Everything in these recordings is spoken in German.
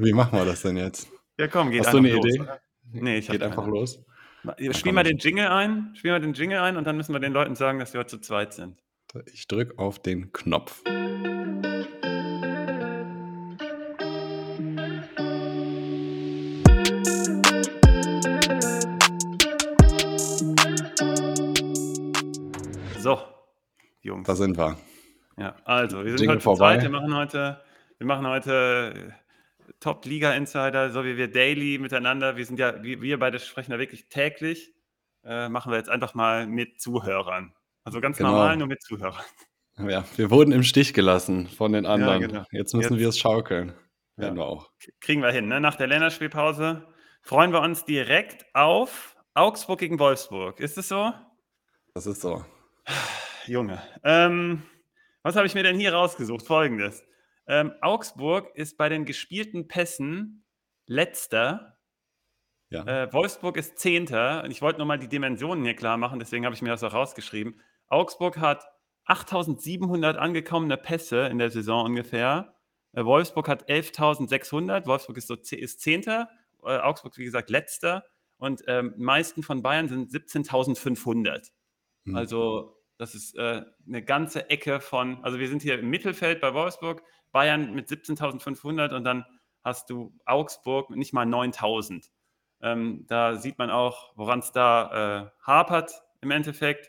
Wie machen wir das denn jetzt? Ja, komm, geht Hast du einfach 'ne los, Idee? oder? Ne, ich habe Geht einfach keine. los? Na Spiel komm, mal den Jingle ein. Spiel mal den Jingle ein und dann müssen wir den Leuten sagen, dass wir heute zu zweit sind. ich drücke auf den Knopf. So, Da Jungs. sind wir. Ja, also, wir sind Jingle heute zu zweit. vorbei. Wir machen heute Top-Liga-Insider, so wie wir daily miteinander wir beide sprechen da wirklich täglich, machen wir jetzt einfach mal mit Zuhörern. Also, ganz normal, Genau. nur mit Zuhörern. Ja, wir wurden im Stich gelassen von den Ja, anderen. genau. Jetzt müssen Jetzt wir's schaukeln. Werden ja, wir auch. kriegen wir hin, ne? Nach der Länderspielpause freuen wir uns direkt auf Augsburg gegen Wolfsburg. Ist es so? Das ist so. Junge, was habe ich mir denn hier rausgesucht? Folgendes: Augsburg ist bei den gespielten Pässen Letzter, Ja. Wolfsburg ist Zehnter. Und ich wollte noch mal die Dimensionen hier klar machen, deswegen habe ich mir das auch rausgeschrieben. Augsburg hat 8.700 angekommene Pässe in der Saison ungefähr. Wolfsburg hat 11.600. Wolfsburg ist Zehnter, Augsburg, wie gesagt, Letzter. Und meisten von Bayern sind 17.500. Mhm. Also, das ist 'ne ganze Ecke also, wir sind hier im Mittelfeld bei Wolfsburg, Bayern mit 17.500 und dann hast du Augsburg mit nicht mal 9.000. Da sieht man auch, woran's da hapert im Endeffekt.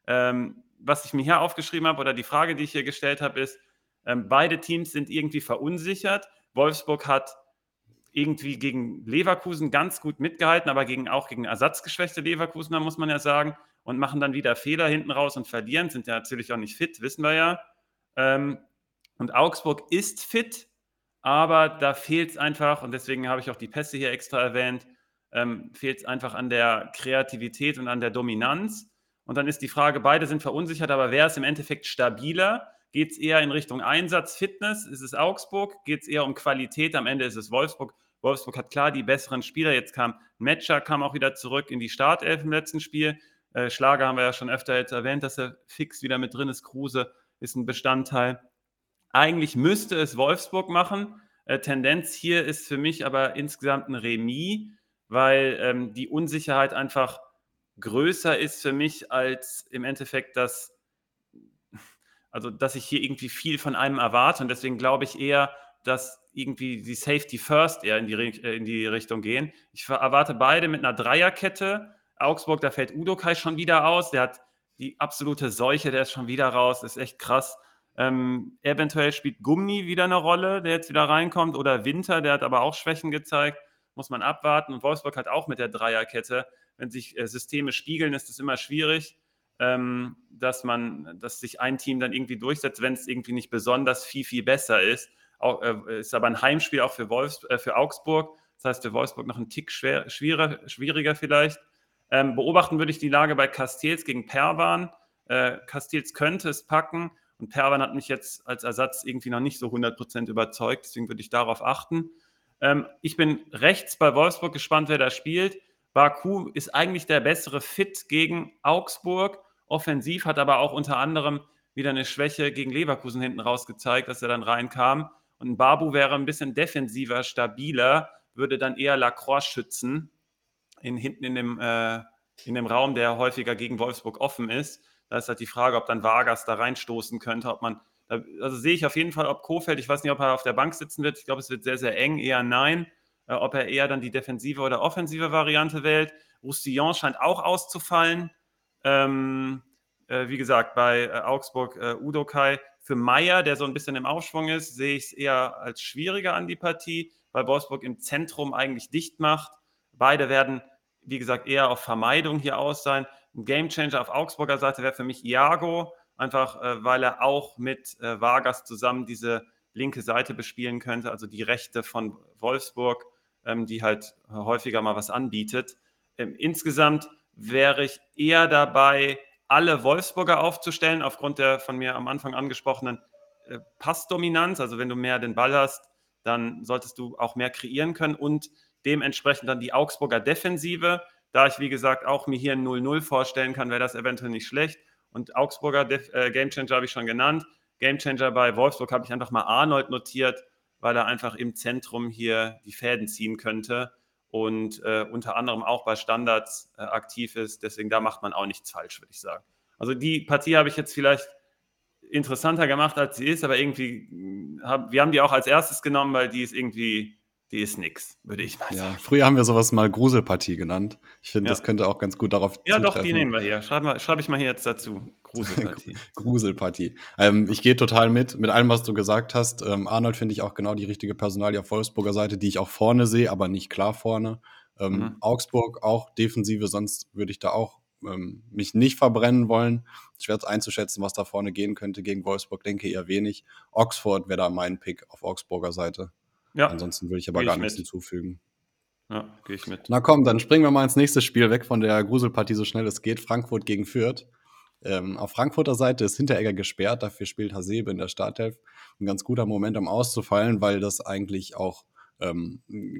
Was ich mir hier aufgeschrieben habe oder die Frage, die ich hier gestellt habe, ist, beide Teams sind irgendwie verunsichert. Wolfsburg hat irgendwie gegen Leverkusen ganz gut mitgehalten, aber auch gegen ersatzgeschwächte Leverkusener, muss man ja sagen, und machen dann wieder Fehler hinten raus und verlieren, sind ja natürlich auch nicht fit, wissen wir ja. Ähm, und Augsburg ist fit, aber da fehlt es einfach, und deswegen habe ich auch die Pässe hier extra erwähnt, fehlt es einfach an der Kreativität und an der Dominanz. Und dann ist die Frage, beide sind verunsichert, aber wer ist im Endeffekt stabiler? Geht es eher in Richtung Einsatz, Fitness? Ist es Augsburg? Geht es eher um Qualität? Am Ende ist es Wolfsburg. Wolfsburg hat klar die besseren Spieler. Jetzt kam Metscher, kam auch wieder zurück in die Startelf im letzten Spiel. Schlager haben wir ja schon öfter jetzt erwähnt, dass er fix wieder mit drin ist. Kruse ist ein Bestandteil. Eigentlich müsste es Wolfsburg machen. Tendenz hier ist für mich aber insgesamt ein Remis, weil die Unsicherheit einfach größer ist für mich als im Endeffekt dass ich hier irgendwie viel von einem erwarte, und deswegen glaube ich eher, dass irgendwie die Safety First eher in die Richtung gehen. Ich erwarte beide mit einer Dreierkette. Augsburg, da fällt Udokai schon wieder aus. Der hat die absolute Seuche, der ist schon wieder raus. Das ist echt krass. Eventuell spielt Gummi wieder eine Rolle, der jetzt wieder reinkommt, oder Winter, der hat aber auch Schwächen gezeigt. Muss man abwarten. Und Wolfsburg hat auch mit der Dreierkette, wenn sich Systeme spiegeln, ist es immer schwierig, dass sich ein Team dann irgendwie durchsetzt, wenn es irgendwie nicht besonders viel, viel besser ist. Ist aber ein Heimspiel auch für Augsburg. Das heißt, für Wolfsburg noch ein Tick schwieriger vielleicht. Beobachten würde ich die Lage bei Castells gegen Perwan. Castells könnte es packen, und Perwan hat mich jetzt als Ersatz irgendwie noch nicht so 100% überzeugt. Deswegen würde ich darauf achten. Ich bin rechts bei Wolfsburg gespannt, wer da spielt. Baku ist eigentlich der bessere Fit gegen Augsburg. Offensiv hat aber auch unter anderem wieder eine Schwäche gegen Leverkusen hinten raus gezeigt, dass er dann reinkam. Und Babu wäre ein bisschen defensiver, stabiler, würde dann eher Lacroix schützen, hinten in dem Raum, der häufiger gegen Wolfsburg offen ist. Da ist halt die Frage, ob dann Vargas da reinstoßen könnte, also sehe ich auf jeden Fall, ob Kofeld, ich weiß nicht, ob er auf der Bank sitzen wird, ich glaube, es wird sehr, sehr eng, eher nein, ob er eher dann die defensive oder offensive Variante wählt. Roussillon scheint auch auszufallen. Wie gesagt, bei Augsburg Udokai. Für Meier, der so ein bisschen im Aufschwung ist, sehe ich es eher als schwieriger an die Partie, weil Wolfsburg im Zentrum eigentlich dicht macht. Beide werden, wie gesagt, eher auf Vermeidung hier aus sein. Ein Gamechanger auf Augsburger Seite wäre für mich Iago, einfach weil er auch mit Vargas zusammen diese linke Seite bespielen könnte, also die rechte von Wolfsburg, die halt häufiger mal was anbietet. Insgesamt wäre ich eher dabei, alle Wolfsburger aufzustellen, aufgrund der von mir am Anfang angesprochenen Passdominanz. Also wenn du mehr den Ball hast, dann solltest du auch mehr kreieren können, und dementsprechend dann die Augsburger Defensive. Da ich, wie gesagt, auch mir hier ein 0-0 vorstellen kann, wäre das eventuell nicht schlecht. Und Augsburger Gamechanger habe ich schon genannt. Gamechanger bei Wolfsburg habe ich einfach mal Arnold notiert, weil er einfach im Zentrum hier die Fäden ziehen könnte und unter anderem auch bei Standards aktiv ist. Deswegen, da macht man auch nichts falsch, würde ich sagen. Also die Partie habe ich jetzt vielleicht interessanter gemacht, als sie ist, aber irgendwie, wir haben die auch als erstes genommen, weil die ist nix, würde ich mal Ja, sagen. früher haben wir sowas mal Gruselpartie genannt. Ich finde, das Ja. könnte auch ganz gut darauf Ja, doch, die zutreffen. nehmen wir hier. Schreibe ich mal hier jetzt dazu. Gruselpartie. Gruselpartie. Ich gehe total mit allem, was du gesagt hast. Arnold finde ich auch genau die richtige Personalie auf Wolfsburger Seite, die ich auch vorne sehe, aber nicht klar vorne. Augsburg auch Defensive, sonst würde ich da auch mich nicht verbrennen wollen. Schwer einzuschätzen, was da vorne gehen könnte gegen Wolfsburg, denke eher wenig. Oxford wäre da mein Pick auf Augsburger Seite. Ja, Ansonsten würde ich aber gehe gar ich nichts mit. hinzufügen. Ja, gehe ich mit. Na komm, dann springen wir mal ins nächste Spiel, weg von der Gruselpartie, so schnell es geht. Frankfurt gegen Fürth. Auf Frankfurter Seite ist Hinteregger gesperrt, dafür spielt Hasebe in der Startelf. Ein ganz guter Moment, um auszufallen, weil das eigentlich auch ein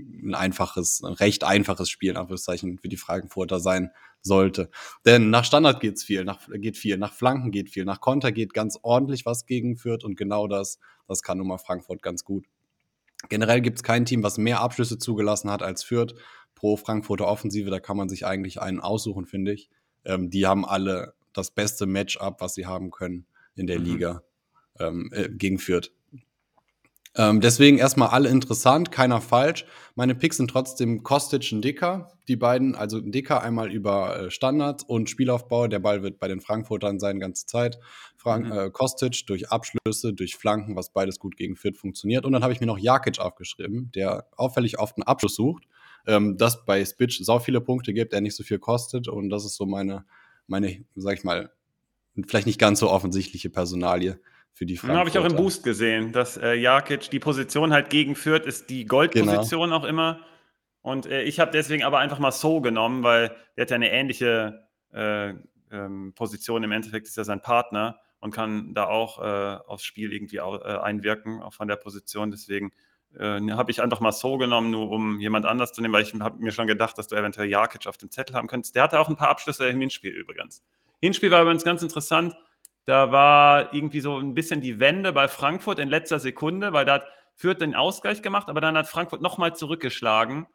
recht einfaches Spiel, in Anführungszeichen, für die Frankfurter sein sollte. Denn nach Standard geht viel, nach Flanken geht viel, nach Konter geht ganz ordentlich was gegen Fürth und genau das kann nun mal Frankfurt ganz gut. Generell gibt es kein Team, was mehr Abschlüsse zugelassen hat als Fürth pro Frankfurter Offensive. Da kann man sich eigentlich einen aussuchen, finde ich. Die haben alle das beste Matchup, was sie haben können in der Liga gegen Fürth. Deswegen erstmal alle interessant, keiner falsch. Meine Picks sind trotzdem Kostic und Dicker. Die beiden, also Dicker einmal über Standards und Spielaufbau. Der Ball wird bei den Frankfurtern sein, ganze Zeit. Kostic durch Abschlüsse, durch Flanken, was beides gut gegen Fürth funktioniert. Und dann habe ich mir noch Jakic aufgeschrieben, der auffällig oft einen Abschluss sucht. Das bei Spitch sau viele Punkte gibt, er nicht so viel kostet. Und das ist so meine, sag ich mal, vielleicht nicht ganz so offensichtliche Personalie für die Frankfurter. Habe ich auch im Boost gesehen, dass Jakic, die Position halt gegen Fürth ist die Goldposition auch immer. Und ich habe deswegen aber einfach mal So genommen, weil der hat ja eine ähnliche Position. Im Endeffekt ist er sein Partner und kann da auch aufs Spiel irgendwie einwirken, auch von der Position. Deswegen habe ich einfach mal So genommen, nur um jemand anders zu nehmen, weil ich habe mir schon gedacht, dass du eventuell Jakic auf dem Zettel haben könntest. Der hatte auch ein paar Abschlüsse im Hinspiel übrigens. Hinspiel war übrigens ganz interessant. Da war irgendwie so ein bisschen die Wende bei Frankfurt in letzter Sekunde, weil da hat Fürth den Ausgleich gemacht, aber dann hat Frankfurt nochmal zurückgeschlagen.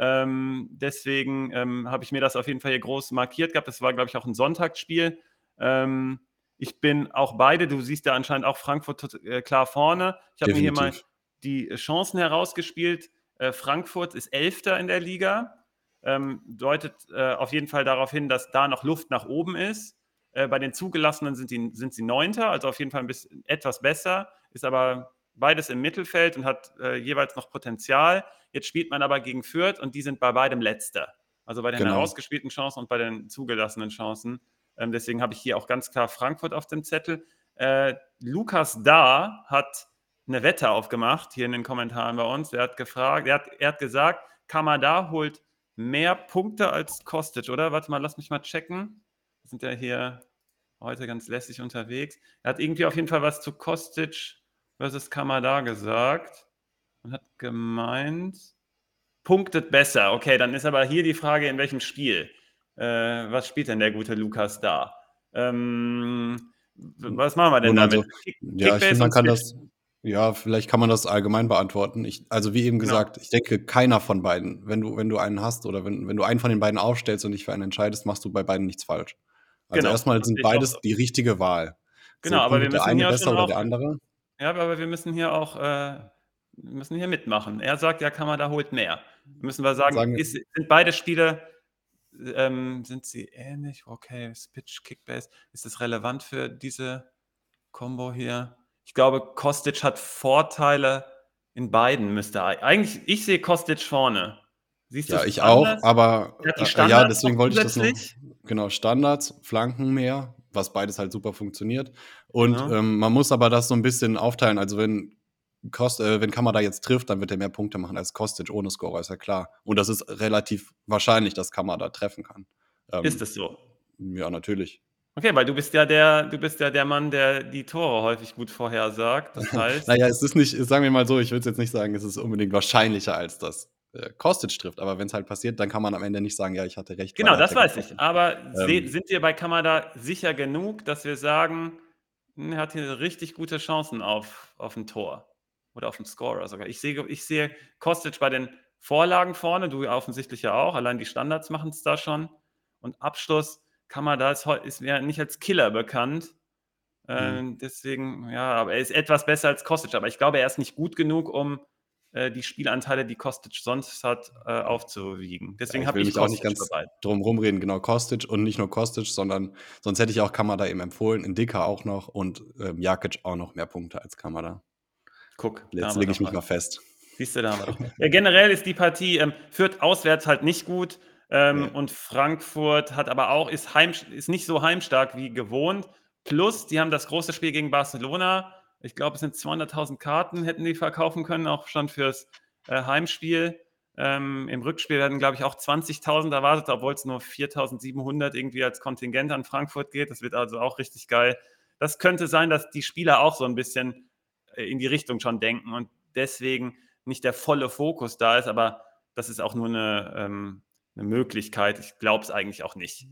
Deswegen habe ich mir das auf jeden Fall hier groß markiert gehabt. Das war, glaube ich, auch ein Sonntagsspiel. Ich bin auch beide, du siehst ja anscheinend auch Frankfurt klar vorne. Ich habe mir hier mal die Chancen herausgespielt. Frankfurt ist Elfter in der Liga. Deutet auf jeden Fall darauf hin, dass da noch Luft nach oben ist. Bei den Zugelassenen sind sie Neunter, also auf jeden Fall etwas besser, ist aber beides im Mittelfeld und hat jeweils noch Potenzial. Jetzt spielt man aber gegen Fürth und die sind bei beidem Letzter. Also bei den herausgespielten Chancen und bei den zugelassenen Chancen. Deswegen habe ich hier auch ganz klar Frankfurt auf dem Zettel. Lukas Dahr hat eine Wette aufgemacht, hier in den Kommentaren bei uns. Er hat gesagt, Kamada holt mehr Punkte als Kostic, oder? Warte mal, lass mich mal checken. Wir sind ja hier heute ganz lässig unterwegs. Er hat irgendwie auf jeden Fall was zu Kostic versus Kamada gesagt und hat gemeint, punktet besser. Okay, dann ist aber hier die Frage, in welchem Spiel. Was spielt denn der gute Lukas da? Was machen wir denn damit? Ja, ich finde, man kann das, vielleicht kann man das allgemein beantworten. Also wie eben gesagt, ich denke, keiner von beiden, wenn du einen hast oder wenn du einen von den beiden aufstellst und dich für einen entscheidest, machst du bei beiden nichts falsch. Also erstmal sind beides die richtige Wahl. Genau, aber wir müssen der eine hier besser oder der andere? Ja, aber wir müssen hier auch mitmachen. Er sagt ja, Kamada holt mehr. Müssen wir sagen, sind beide Spiele, sind sie ähnlich? Okay, Spitch, Kickbase. Ist das relevant für diese Combo hier? Ich glaube, Kostic hat Vorteile in beiden, müsste eigentlich. Ich sehe Kostic vorne. Siehst du Ja, ich auch, aber deswegen wollte ich das noch. Genau, Standards, Flanken mehr, was beides halt super funktioniert. Und man muss aber das so ein bisschen aufteilen. Also wenn Kamada jetzt trifft, dann wird er mehr Punkte machen als Kostic ohne Scorer, ist ja klar. Und das ist relativ wahrscheinlich, dass Kamada treffen kann. Ist es so? Ja, natürlich. Okay, weil du bist ja der Mann, der die Tore häufig gut vorhersagt. Das heißt. Naja, es ist nicht, sagen wir mal so, ich würde jetzt nicht sagen, es ist unbedingt wahrscheinlicher als das. Kostic trifft, aber wenn es halt passiert, dann kann man am Ende nicht sagen, ja, ich hatte recht. Genau, das weiß ich. Aber sind wir bei Kamada sicher genug, dass wir sagen, er hat hier richtig gute Chancen auf ein Tor? oder auf dem Scorer sogar. Ich sehe Kostic bei den Vorlagen vorne, du offensichtlich ja auch. Allein die Standards machen es da schon. Und Abschluss Kamada ist mir nicht als Killer bekannt. Deswegen, ja, aber er ist etwas besser als Kostic. Aber ich glaube, er ist nicht gut genug, um die Spielanteile, die Kostic sonst hat, aufzuwiegen. Ja, Deswegen ich habe will ich mich auch nicht Kostic ganz dabei. drum rumreden, genau, Kostic und nicht nur Kostic, sondern sonst hätte ich auch Kamada eben empfohlen, Ndicka auch noch und Jakic auch noch mehr Punkte als Kamada. Guck, da Jetzt haben wir lege doch ich mich was. mal fest. Siehst du, da haben wir doch. Ja, generell ist die Partie Fürth auswärts halt nicht gut Nee. und Frankfurt hat aber auch ist nicht so heimstark wie gewohnt. Plus, die haben das große Spiel gegen Barcelona. Ich glaube, es sind 200.000 Karten, hätten die verkaufen können, auch schon fürs Heimspiel. Im Rückspiel werden, glaube ich, auch 20.000 erwartet, obwohl es nur 4.700 irgendwie als Kontingent an Frankfurt geht. Das wird also auch richtig geil. Das könnte sein, dass die Spieler auch so ein bisschen in die Richtung schon denken und deswegen nicht der volle Fokus da ist, aber das ist auch nur eine Möglichkeit. Ich glaube es eigentlich auch nicht.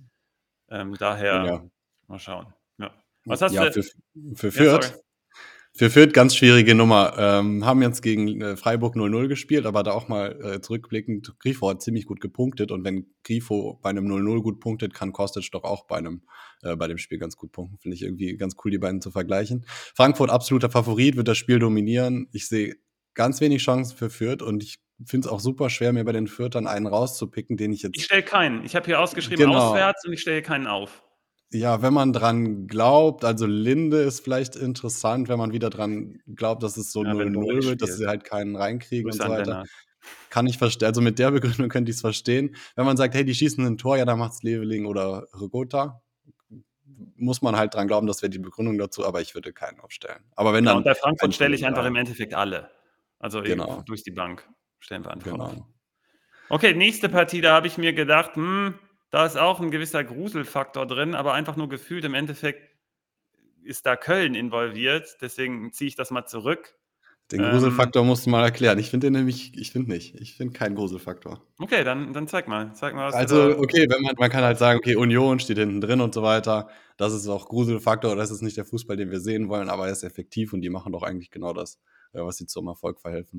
Daher Ja. mal schauen. Ja. Was hast Ja, du? für Ja, sorry. Fürth ganz schwierige Nummer. Haben jetzt gegen Freiburg 0-0 gespielt, aber da auch mal zurückblickend, Grifo hat ziemlich gut gepunktet und wenn Grifo bei einem 0-0 gut punktet, kann Kostic doch auch bei dem Spiel ganz gut punkten. Finde ich irgendwie ganz cool, die beiden zu vergleichen. Frankfurt absoluter Favorit, wird das Spiel dominieren. Ich sehe ganz wenig Chancen für Fürth und ich finde es auch super schwer, mir bei den Fürthern einen rauszupicken, den ich Ich jetzt stelle keinen. Ich habe hier ausgeschrieben genau. auswärts und ich stelle keinen auf. Ja, wenn man dran glaubt, also Linde ist vielleicht interessant, wenn man wieder dran glaubt, dass es so Ja, wenn Boris 0-0 wird, dass spielt. sie halt keinen reinkriegen und Grüße so an weiter. Lennart. Kann ich verstehen. Also mit der Begründung könnte ich's verstehen. Wenn man sagt: „Hey, die schießen 'n Tor“, ja, dann macht's Leveling oder Rigotta. Muss man halt dran glauben, das wäre die Begründung dazu, aber ich würde keinen aufstellen. Aber wenn, Genau, und dann bei Frankfurt einen von stelle den ich einfach 3. im Endeffekt alle. Also Genau, durch die Bank stellen wir einfach auf. genau. Okay, nächste Partie, da habe ich mir gedacht, da ist auch ein gewisser Gruselfaktor drin, aber einfach nur gefühlt. Im Endeffekt ist da Köln involviert, deswegen ziehe ich das mal zurück. Den Ähm, Gruselfaktor musst du mal erklären. Ich finde nicht. Ich finde keinen Gruselfaktor. okay, dann zeig mal. Zeig mal, was du Also, da. okay, wenn man kann halt sagen, okay, Union steht hinten drin und so weiter. Das ist auch Gruselfaktor, das ist nicht der Fußball, den wir sehen wollen, aber er ist effektiv und die machen doch eigentlich genau das, was sie zum Erfolg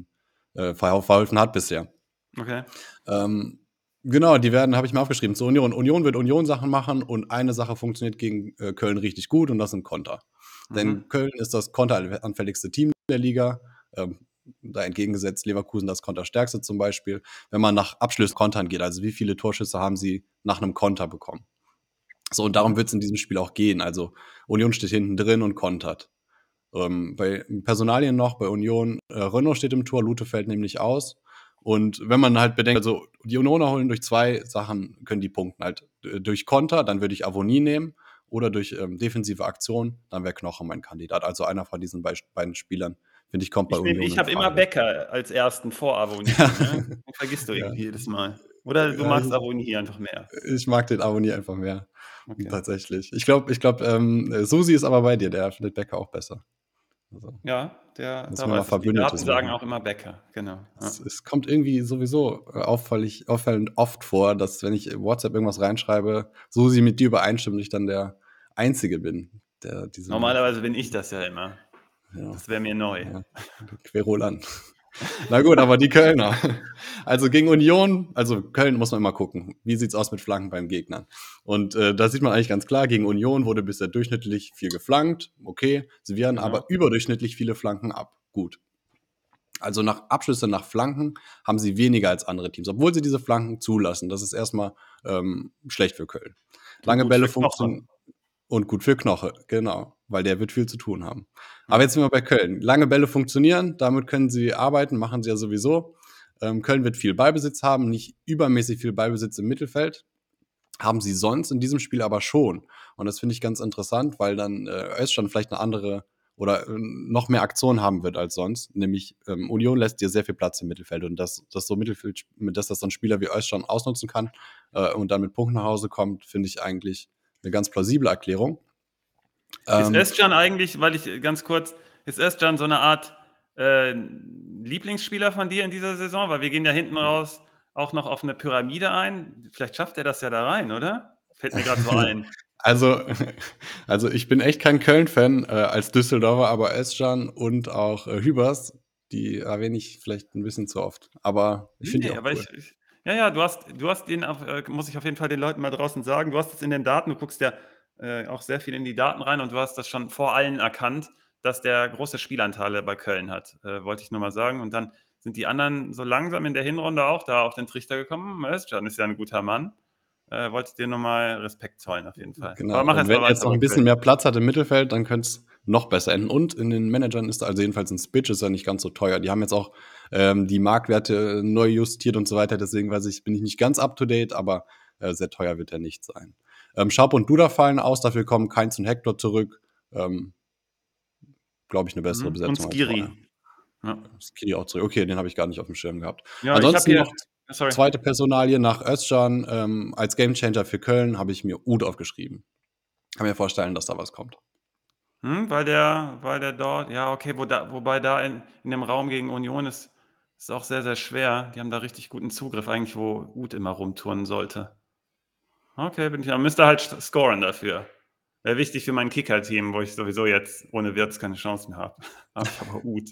verholfen hat bisher. Okay. Ähm, genau, die werden habe ich mir aufgeschrieben, zur Union. Union wird Union-Sachen machen und eine Sache funktioniert gegen, Köln richtig gut und das sind Konter. Denn Mhm. Köln ist das konteranfälligste Team der Liga, da entgegengesetzt Leverkusen das konterstärkste zum Beispiel. Wenn man nach Abschlusskontern geht, also wie viele Torschüsse haben sie nach einem Konter bekommen? So, und darum Mhm. wird es in diesem Spiel auch gehen. Also Union steht hinten drin und kontert. Bei Personalien noch, bei Union, Renault steht im Tor, Lute fällt nämlich aus. Und wenn man halt bedenkt, also die Unioner holen durch 2 Sachen, können die punkten. Halt durch Konter, dann würde ich Avonie nehmen, oder durch defensive Aktion, dann wäre Knoche mein Kandidat. Also einer von diesen beiden Spielern, finde ich, kommt bei Union Ich in habe immer Frage. Becker als ersten vor Avonie, ne? Den vergisst du Ja, irgendwie jedes Mal. Oder du ja, magst Avonie einfach mehr. ich mag den Avonie einfach mehr, Okay. tatsächlich. Susi ist aber bei dir, der findet Becker auch besser. Also, Ja, muss da man mal weiß ich. Die Verbündete Daten sagen suchen. auch immer Becker, genau, ja. Es kommt irgendwie sowieso auffallend oft vor, dass, wenn ich in WhatsApp irgendwas reinschreibe, Susi mit dir übereinstimmt und ich dann der Einzige bin, der diese Nachricht Normalerweise bin ich das ja immer. ja, Das wäre mir neu. ja, Querulant. Na gut, aber die Kölner. Also gegen Union, also Köln muss man immer gucken. Wie sieht's aus mit Flanken beim Gegnern? Und da sieht man eigentlich ganz klar, gegen Union wurde bisher durchschnittlich viel geflankt. Okay, sie wehren Genau. aber überdurchschnittlich viele Flanken ab. Gut. Also nach Abschlüsse nach Flanken haben sie weniger als andere Teams, obwohl sie diese Flanken zulassen. Das ist erstmal schlecht für Köln. Und Lange gut Bälle für Knoche. funktionieren und gut für Knoche, genau, weil der wird viel zu tun haben. Aber Ja. jetzt sind wir bei Köln. Lange Bälle funktionieren, damit können sie arbeiten, machen sie ja sowieso. Köln wird viel Ballbesitz haben, nicht übermäßig viel Ballbesitz im Mittelfeld. Haben sie sonst in diesem Spiel aber schon. Und das finde ich ganz interessant, weil dann Özcan vielleicht eine andere oder noch mehr Aktion haben wird als sonst. Nämlich Union lässt dir sehr viel Platz im Mittelfeld und dass das so ein Spieler wie Özcan ausnutzen kann und dann mit Punkten nach Hause kommt, finde ich eigentlich eine ganz plausible Erklärung. Ist Ähm, Özcan eigentlich, weil ich ganz kurz, ist Özcan so eine Art Lieblingsspieler von dir in dieser Saison? Weil wir gehen ja hinten raus auch noch auf eine Pyramide ein. Vielleicht schafft er das ja da rein, oder? Fällt mir gerade so ein. also, also ich bin echt kein Köln-Fan als Düsseldorfer, aber Özcan und auch Hübers Die erwähne ich vielleicht ein bisschen zu oft, aber ich finde die Ne, auch aber cool. ja, ja, du hast den auf muss ich auf jeden Fall den Leuten mal draußen sagen, du hast es in den Daten, du guckst ja, auch sehr viel in die Daten rein und du hast das schon vor allen erkannt, dass der große Spielanteile bei Köln hat, wollte ich nur mal sagen. Und dann sind die anderen so langsam in der Hinrunde auch da auf den Trichter gekommen. Özcan ist ja 'n guter Mann. Wollte ich dir nur mal Respekt zollen auf jeden Fall. Genau, Aber mach und erst wenn mal er jetzt weiter noch bei ein bisschen Köln. mehr Platz hat im Mittelfeld, dann könnte es noch besser enden. Und in den Managern ist also jedenfalls 'n Spic ist ja nicht ganz so teuer. Die haben jetzt auch, die Marktwerte neu justiert und so weiter, deswegen bin ich nicht ganz up to date, aber, sehr teuer wird er nicht sein. Schaub und Duda fallen aus, dafür kommen Kainz und Hector zurück. Ähm, Glaube ich, 'ne bessere Mhm. Und Besetzung als vorher. Skiri. Ja. Skiri auch zurück. Okay, den habe ich gar nicht aufm Schirm gehabt. Ja, ich habe Ansonsten hier noch sorry. zweite Personalie nach Özcan, als Gamechanger für Köln habe ich mir Uth aufgeschrieben. Kann mir vorstellen, dass da was kommt. Weil der dort ja, okay, wobei da in dem Raum gegen Union ist auch sehr, sehr schwer. Die haben da richtig guten Zugriff eigentlich, wo Uth immer rumturnen sollte. Okay, bin ich ja müsste halt scoren dafür. Wäre wichtig für mein Kicker-Team, wo ich sowieso jetzt ohne Wirtz keine Chance mehr habe. Habe ich aber Uth.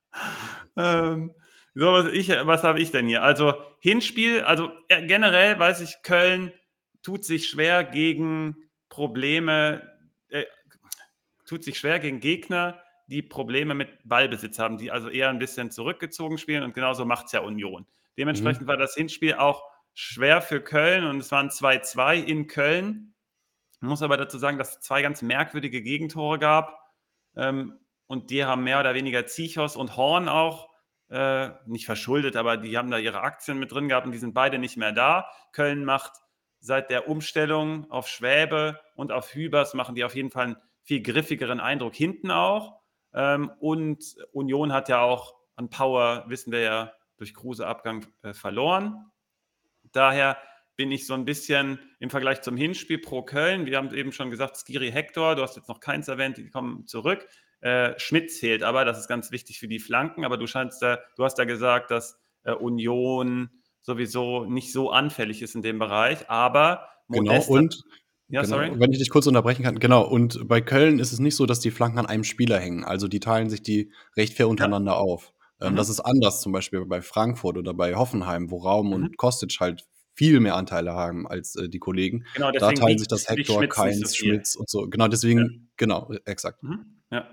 Ähm, so, was habe ich denn hier? Also, Hinspiel also, generell weiß ich, Köln tut sich schwer gegen Probleme äh, tut sich schwer gegen Gegner, die Probleme mit Ballbesitz haben, die also eher ein bisschen zurückgezogen spielen und genauso macht's ja Union. Dementsprechend Mhm. war das Hinspiel auch schwer für Köln und es waren 2:2 in Köln. Ich muss aber dazu sagen, dass es 2 ganz merkwürdige Gegentore gab, und die haben mehr oder weniger Zichos und Horn auch, nicht verschuldet, aber die haben da ihre Aktien mit drin gehabt und die sind beide nicht mehr da. Köln macht seit der Umstellung auf Schwäbe und auf Hübers machen die auf jeden Fall 'n viel griffigeren Eindruck hinten auch. Und Union hat ja auch an Power, wissen wir ja, durch Kruse-Abgang, verloren. Daher bin ich so ein bisschen im Vergleich zum Hinspiel pro Köln wir haben eben schon gesagt, Skiri, Hector, du hast jetzt noch keins erwähnt, die kommen zurück. Schmidt zählt aber, das ist ganz wichtig für die Flanken, aber du hast ja gesagt, dass, Union sowieso nicht so anfällig ist in dem Bereich, aber Genau, Modest hat und ja, sorry? wenn ich dich kurz unterbrechen kann, genau, und bei Köln ist es nicht so, dass die Flanken an einem Spieler hängen. Also, die teilen sich die recht fair Ja. untereinander auf. Das Mhm. ist anders zum Beispiel bei Frankfurt oder bei Hoffenheim, wo Raum Mhm. und Kostic halt viel mehr Anteile haben als, die Kollegen. Genau, Da deswegen teilen sich biegt das sich Hector, Schmitz nicht so Kainz, viel. Schmitz und so. Genau, Ja. deswegen genau, exakt. Mhm. Ja.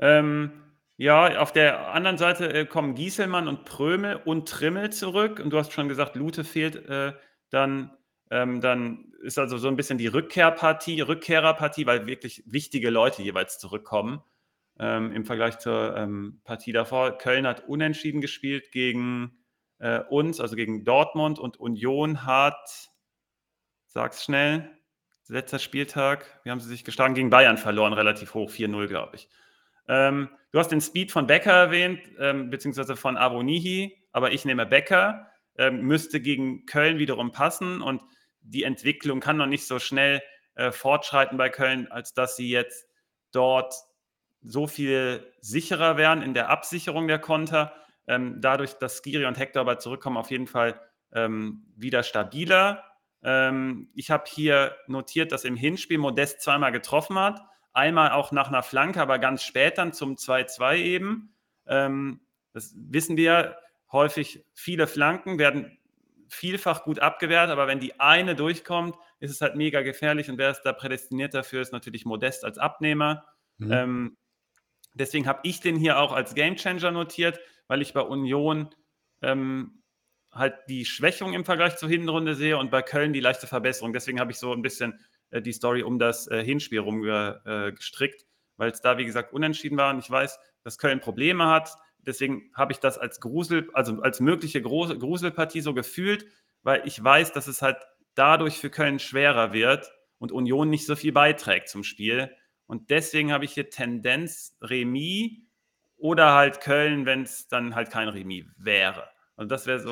Ja, auf der anderen Seite, kommen Gieselmann und Prömel und Trimmel zurück und du hast schon gesagt, Lute fehlt, dann dann ist also so ein bisschen die Rückkehrerpartie, weil wirklich wichtige Leute jeweils zurückkommen, im Vergleich zur, Partie davor. Köln hat unentschieden gespielt gegen, uns, also gegen Dortmund und Union hat sag's schnell, letzter Spieltag, wie haben sie sich geschlagen? Gegen Bayern verloren, relativ hoch, 4:0, glaube ich. Du hast den Speed von Becker erwähnt, beziehungsweise von Avonihi, aber ich nehme Becker, müsste gegen Köln wiederum passen und die Entwicklung kann noch nicht so schnell fortschreiten bei Köln, als dass sie jetzt dort so viel sicherer wären in der Absicherung der Konter. Dadurch, dass Skiri und Hector aber zurückkommen, auf jeden Fall wieder stabiler. Ich habe hier notiert, dass im Hinspiel Modest zweimal getroffen hat. Einmal auch nach einer Flanke, aber ganz spät dann zum 2:2 eben. Das wissen wir häufig. Viele Flanken werden vielfach gut abgewehrt, aber wenn die eine durchkommt, ist es halt mega gefährlich. Und wer ist da prädestiniert dafür, ist natürlich Modest als Abnehmer. Mhm. Ähm, Deswegen habe ich den hier auch als Gamechanger notiert, weil ich bei Union ähm, halt die Schwächung im Vergleich zur Hinrunde sehe und bei Köln die leichte Verbesserung. Deswegen habe ich so ein bisschen die Story um das Hinspiel gestrickt, weil es da, wie gesagt, unentschieden war. Und ich weiß, dass Köln Probleme hat. Deswegen habe ich das als also als mögliche Gruselpartie so gefühlt, weil ich weiß, dass es halt dadurch für Köln schwerer wird und Union nicht so viel beiträgt zum Spiel. Und deswegen habe ich hier Tendenz Remis oder halt Köln, wenn es dann halt kein Remis wäre. Also das wäre so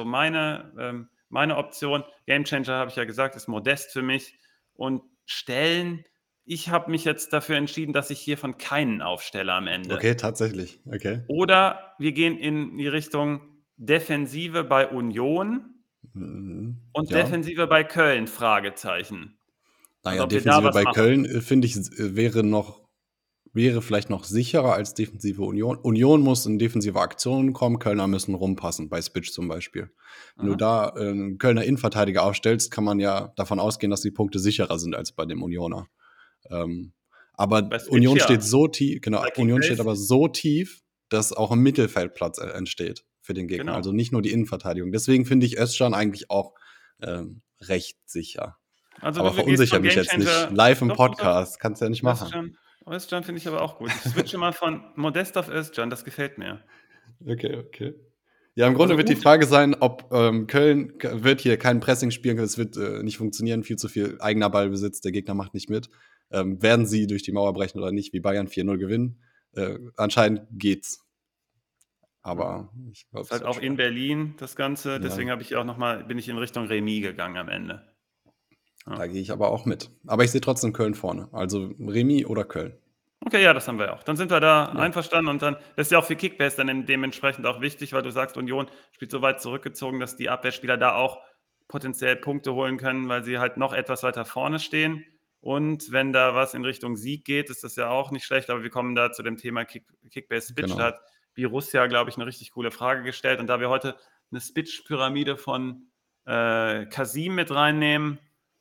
meine Option. Gamechanger, habe ich ja gesagt, ist Modest für mich. Und Stellen, ich habe mich jetzt dafür entschieden, dass ich hier von keinen aufstelle am Ende. Okay, tatsächlich. Okay. Oder wir gehen in die Richtung Defensive bei Union Mhm. und Ja. Defensive bei Köln, Fragezeichen. Na Und ja, ob wir da Defensive was bei machen. Köln, finde ich, wäre noch wäre vielleicht noch sicherer als defensive Union. Union muss in defensive Aktionen kommen, Kölner müssen rumpassen, bei Spitch zum Beispiel. Wenn du Aha. da einen Kölner Innenverteidiger aufstellst, kann man ja davon ausgehen, dass die Punkte sicherer sind als bei dem Unioner. Aber Bei Switch Union ja. steht so tief, genau, Bei Union steht Kickbase, aber so tief, dass auch im Mittelfeld Platz entsteht für den Gegner. genau. Also nicht nur die Innenverteidigung. Deswegen finde ich Özcan eigentlich auch recht sicher. Also Aber du gehst verunsicher von mich jetzt nicht. Gamechanger, Live im doch, doch, doch. Podcast. Kannst ja nicht machen. Özcan finde ich aber auch gut. Ich switche mal von Modest auf Özcan, das gefällt mir. Okay, okay. Ja, im Also Grunde wird die gut, Frage sein, ob Köln wird hier kein Pressing spielen, es wird nicht funktionieren, viel zu viel eigener Ballbesitz, der Gegner macht nicht mit. Werden sie durch die Mauer brechen oder nicht, wie Bayern 4-0 gewinnen? Anscheinend geht's. ja. Aber ich glaube, Ist es halt wird auch in schwer. Berlin das Ganze, Ja, deswegen bin ich in Richtung Remis gegangen am Ende. Ja. da gehe ich aber auch mit. Aber ich sehe trotzdem Köln vorne. Also Remis oder Köln. Okay, ja, das haben wir auch. Dann sind wir da Ja, einverstanden und dann das ist ja auch für Kickbase dann dementsprechend auch wichtig, weil du sagst, Union spielt so weit zurückgezogen, dass die Abwehrspieler da auch potenziell Punkte holen können, weil sie halt noch etwas weiter vorne stehen. Und wenn da was in Richtung Sieg geht, ist das ja auch nicht schlecht, aber wir kommen da zu dem Thema Kickbase Spitch. Da genau. hat Borussia, glaube ich, eine richtig coole Frage gestellt. Und da wir heute eine Spitch-Pyramide von Kasim mit reinnehmen,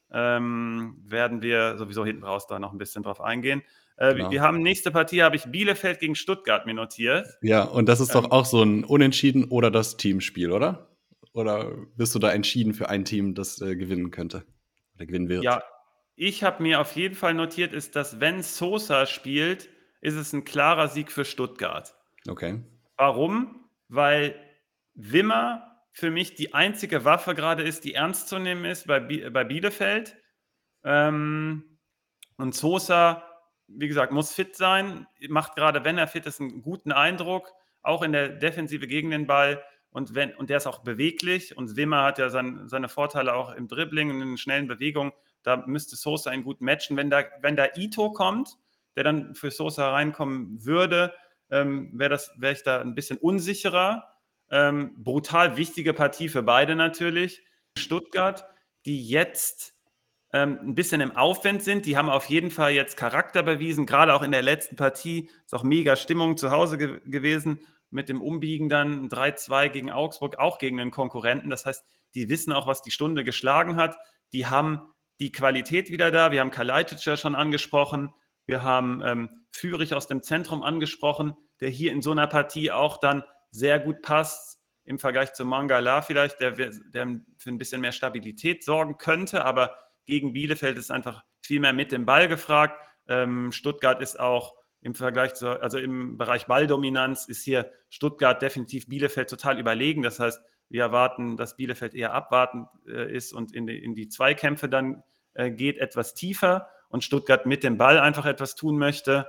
werden wir sowieso hinten raus da noch ein bisschen drauf eingehen. Wir Genau. haben nächste Partie, habe ich Bielefeld gegen Stuttgart mir notiert. Ja, und das ist doch Ähm, auch so ein Unentschieden oder das Teamspiel, oder? Oder bist du da entschieden für ein Team, das gewinnen könnte oder gewinnen wird? ja, ich habe mir auf jeden Fall notiert, ist, dass wenn Sosa spielt, ist es ein klarer Sieg für Stuttgart. Okay, Warum? Weil Wimmer für mich die einzige Waffe gerade ist, die ernst zu nehmen ist bei Bielefeld. Ähm, und Sosa, wie gesagt, muss fit sein, macht gerade, wenn er fit ist, einen guten Eindruck, auch in der Defensive gegen den Ball. Und der ist auch beweglich. Und Wimmer hat ja seine Vorteile auch im Dribbling und in den schnellen Bewegungen. Da müsste Sosa ihn gut matchen. Wenn da Ito kommt, der dann für Sosa reinkommen würde, wäre ich da ein bisschen unsicherer. Brutal wichtige Partie für beide natürlich. Stuttgart, die jetzt ein bisschen im Aufwind sind. Die haben auf jeden Fall jetzt Charakter bewiesen, gerade auch in der letzten Partie. Ist auch mega Stimmung zu Hause gewesen mit dem Umbiegen dann 3-2 gegen Augsburg, auch gegen einen Konkurrenten. Das heißt, die wissen auch, was die Stunde geschlagen hat. Die haben die Qualität wieder da. Wir haben Kalajdzic ja schon angesprochen. Wir haben Führig aus dem Zentrum angesprochen, der hier in so einer Partie auch dann sehr gut passt im Vergleich zu Mangala vielleicht, der für ein bisschen mehr Stabilität sorgen könnte, aber gegen Bielefeld ist einfach viel mehr mit dem Ball gefragt. Stuttgart ist auch also im Bereich Balldominanz ist hier Stuttgart definitiv Bielefeld total überlegen. Das heißt, wir erwarten, dass Bielefeld eher abwartend ist und in die Zweikämpfe dann geht, etwas tiefer und Stuttgart mit dem Ball einfach etwas tun möchte.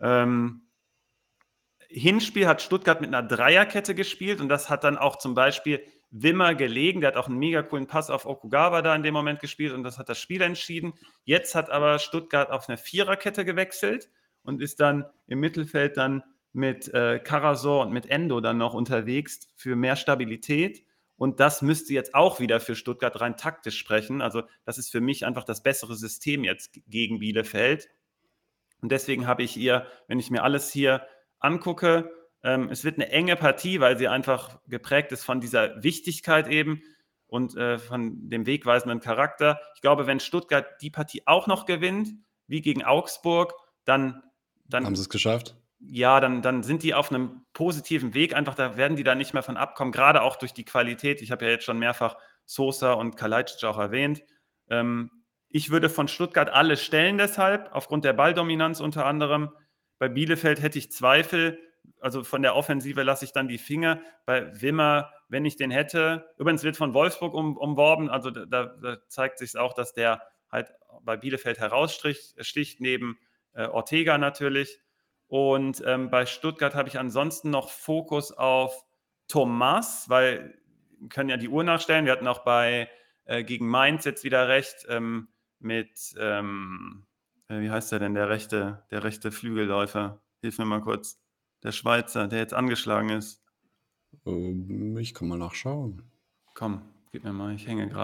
Hinspiel hat Stuttgart mit einer Dreierkette gespielt und das hat dann auch zum Beispiel Wimmer gelegen. Der hat auch einen mega coolen Pass auf Okugawa da in dem Moment gespielt und das hat das Spiel entschieden. Jetzt hat aber Stuttgart auf eine Viererkette gewechselt und ist dann im Mittelfeld dann mit Karasor und mit Endo dann noch unterwegs für mehr Stabilität. Und das müsste jetzt auch wieder für Stuttgart rein taktisch sprechen. Also das ist für mich einfach das bessere System jetzt gegen Bielefeld. Und deswegen habe ich ihr, wenn ich mir alles hier angucke, es wird eine enge Partie, weil sie einfach geprägt ist von dieser Wichtigkeit eben und von dem wegweisenden Charakter. Ich glaube, wenn Stuttgart die Partie auch noch gewinnt, wie gegen Augsburg, haben sie dann es geschafft? ja, dann sind die auf einem positiven Weg. Einfach, da werden die da nicht mehr von abkommen, gerade auch durch die Qualität. Ich habe ja jetzt schon mehrfach Sosa und Kalajdzic auch erwähnt. Ähm, Ich würde von Stuttgart alle stellen deshalb, aufgrund der Balldominanz unter anderem. Bei Bielefeld hätte ich Zweifel. Also von der Offensive lasse ich dann die Finger. Bei Wimmer, wenn ich den hätte, übrigens wird von Wolfsburg umworben, also da zeigt sich auch, dass der halt bei Bielefeld heraussticht, neben Ortega natürlich. Und bei Stuttgart habe ich ansonsten noch Fokus auf Thomas, weil wir können ja die Uhr nachstellen. Wir hatten auch gegen Mainz jetzt wieder recht mit, wie heißt der denn, der rechte Flügelläufer? Hilf mir mal kurz. Der Schweizer, der jetzt angeschlagen ist. Ich kann mal nachschauen. Komm, gib mir mal, ich hänge gerade.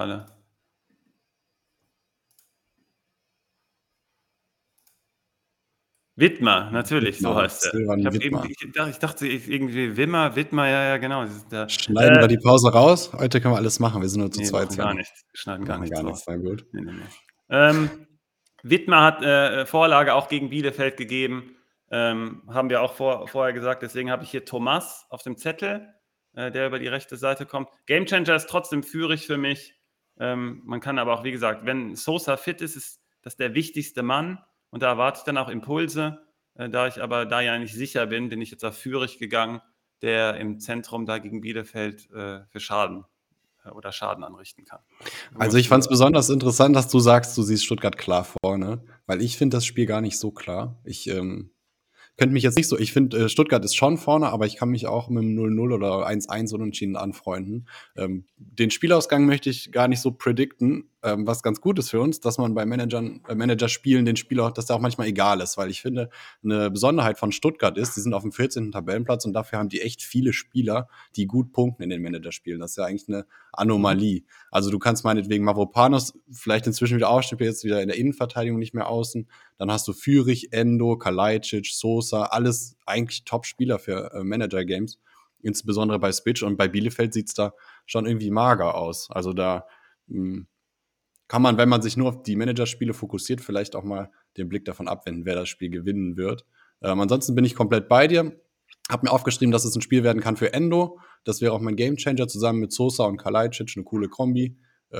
Wittmer, natürlich, so Wittmer, heißt er. Silvan Wittmer. Ich dachte irgendwie Wittmer, ja, ja, genau. Das ist der, Schneiden wir die Pause raus? Heute können wir alles machen. Wir sind nur zu nee, zweit machen ja gar noch. nichts. Wir schneiden gar Machen nichts gar nichts, raus. na gut. Nee, nee, nee. Wittmer hat Vorlage auch gegen Bielefeld gegeben. Haben wir auch vorher gesagt. Deswegen habe ich hier Thomas auf dem Zettel, der über die rechte Seite kommt. Gamechanger ist trotzdem führig für mich. Man kann aber auch, wie gesagt, wenn Sosa fit ist, ist das der wichtigste Mann. Und da erwarte ich dann auch Impulse. Da ich aber da ja nicht sicher bin ich jetzt auf Führig gegangen, der im Zentrum da gegen Bielefeld für Schaden oder Schaden anrichten kann. Also ich fand es besonders interessant, dass du sagst, du siehst Stuttgart klar vorne, weil ich finde das Spiel gar nicht so klar. Könnte mich jetzt nicht so, ich finde, Stuttgart ist schon vorne, aber ich kann mich auch mit einem 0-0 oder 1-1 unentschieden anfreunden. Den Spielausgang möchte ich gar nicht so predikten, was ganz gut ist für uns, dass man bei Managerspielen den Spieler, dass der auch manchmal egal ist, weil ich finde, eine Besonderheit von Stuttgart ist, die sind auf dem 14. Tabellenplatz und dafür haben die echt viele Spieler, die gut punkten in den Managerspielen. Das ist ja eigentlich eine Anomalie. Also du kannst meinetwegen Mavropanos vielleicht inzwischen wieder aufstellen, jetzt wieder in der Innenverteidigung nicht mehr außen. Dann hast du Führig, Endo, Kalajdzic, Sosa, alles eigentlich Top-Spieler für Manager-Games. Insbesondere bei Spitch und bei Bielefeld sieht's da schon irgendwie mager aus. Also da kann man, wenn man sich nur auf die Managerspiele fokussiert, vielleicht auch mal den Blick davon abwenden, wer das Spiel gewinnen wird. Ansonsten bin ich komplett bei dir. Hab mir aufgeschrieben, dass es ein Spiel werden kann für Endo. Das wäre auch mein Gamechanger zusammen mit Sosa und Kalajdzic, eine coole Kombi.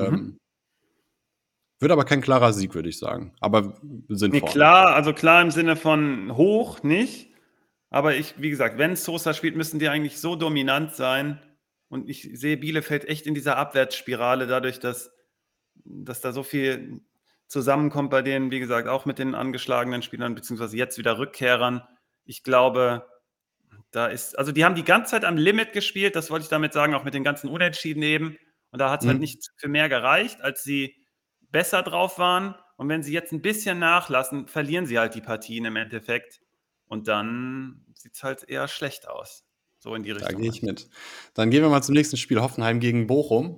Wird aber kein klarer Sieg, würde ich sagen. Aber sind Nee, vorne. klar, also klar im Sinne von hoch nicht. Aber wie gesagt, wenn Sosa spielt, müssen die eigentlich so dominant sein. Und ich sehe Bielefeld echt in dieser Abwärtsspirale, dadurch, dass da so viel zusammenkommt bei denen, wie gesagt, auch mit den angeschlagenen Spielern, beziehungsweise jetzt wieder Rückkehrern. Ich glaube, also die haben die ganze Zeit am Limit gespielt, das wollte ich damit sagen, auch mit den ganzen Unentschieden eben. Und da hat es halt nicht für mehr gereicht, als sie besser drauf waren. Und wenn sie jetzt ein bisschen nachlassen, verlieren sie halt die Partien im Endeffekt. Und dann sieht es halt eher schlecht aus. So in die Da Richtung. gehe ich mit. Dann gehen wir mal zum nächsten Spiel. Hoffenheim gegen Bochum.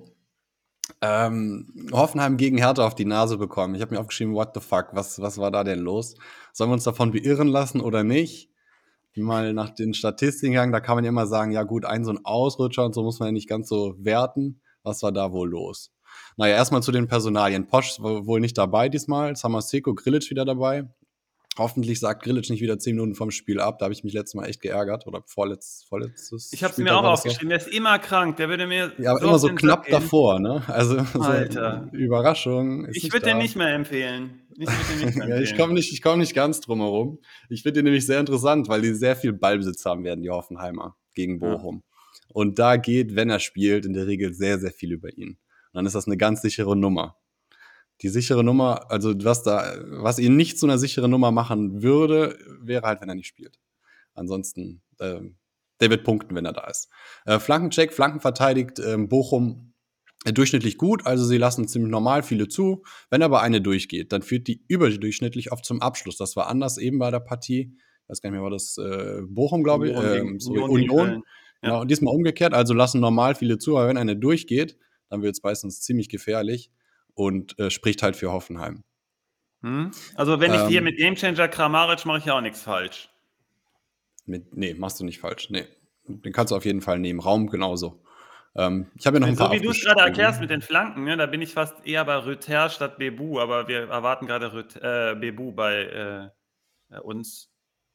Hoffenheim gegen Hertha auf die Nase bekommen. Ich habe mir aufgeschrieben, what the fuck, was war da denn los? Sollen wir uns davon beirren lassen oder nicht? Mal nach den Statistiken gegangen, da kann man ja immer sagen, ja gut, so ein Ausrutscher und so muss man ja nicht ganz so werten. Was war da wohl los? Naja, erstmal zu den Personalien. Posch war wohl nicht dabei diesmal. Samaseko, Grilic wieder dabei. Hoffentlich sagt Grilic nicht wieder 10 Minuten vom Spiel ab. Da habe ich mich letztes Mal echt geärgert. Oder vorletztes Ich habe es mir Spieltag auch war das doch. aufgeschrieben. Der ist immer krank. Der würde mir Ja, aber so immer auf so den Sack knapp gehen. davor, ne? Also so Alter. Überraschung, ist Ich nicht würde den da. nicht mehr empfehlen. Ich würde den nicht mehr Ja, empfehlen. ich komme nicht ganz drum herum. Ich finde den nämlich sehr interessant, weil die sehr viel Ballbesitz haben werden, die Hoffenheimer gegen Ja. Bochum. Und da geht, wenn er spielt, in der Regel sehr, sehr viel über ihn. Und dann ist das eine ganz sichere Nummer. Die sichere Nummer, also was ihn nicht zu einer sicheren Nummer machen würde, wäre halt, wenn er nicht spielt. Ansonsten, der wird punkten, wenn er da ist. Flankencheck, Flanken verteidigt Bochum durchschnittlich gut, also sie lassen ziemlich normal viele zu. Wenn aber eine durchgeht, dann führt die überdurchschnittlich oft zum Abschluss. Das war anders eben bei der Partie. Ich weiß gar nicht mehr, war das Bochum, glaube ich. Union gegen Union. Köln. Genau, Ja. und diesmal umgekehrt, also lassen normal viele zu, aber wenn eine durchgeht, dann wird es meistens ziemlich gefährlich und spricht halt für Hoffenheim. Also wenn ich hier Ähm, mit Gamechanger Kramaric mache ich ja auch nichts falsch. nee, machst du nicht falsch. Nee, den kannst du auf jeden Fall nehmen. Raum genauso. Ich habe ja noch ein paar So wie du es gerade erklärst mit den aufgeschrieben. Flanken, ne, da bin ich fast eher bei Rüther statt Bebu, aber wir erwarten gerade Bebu bei uns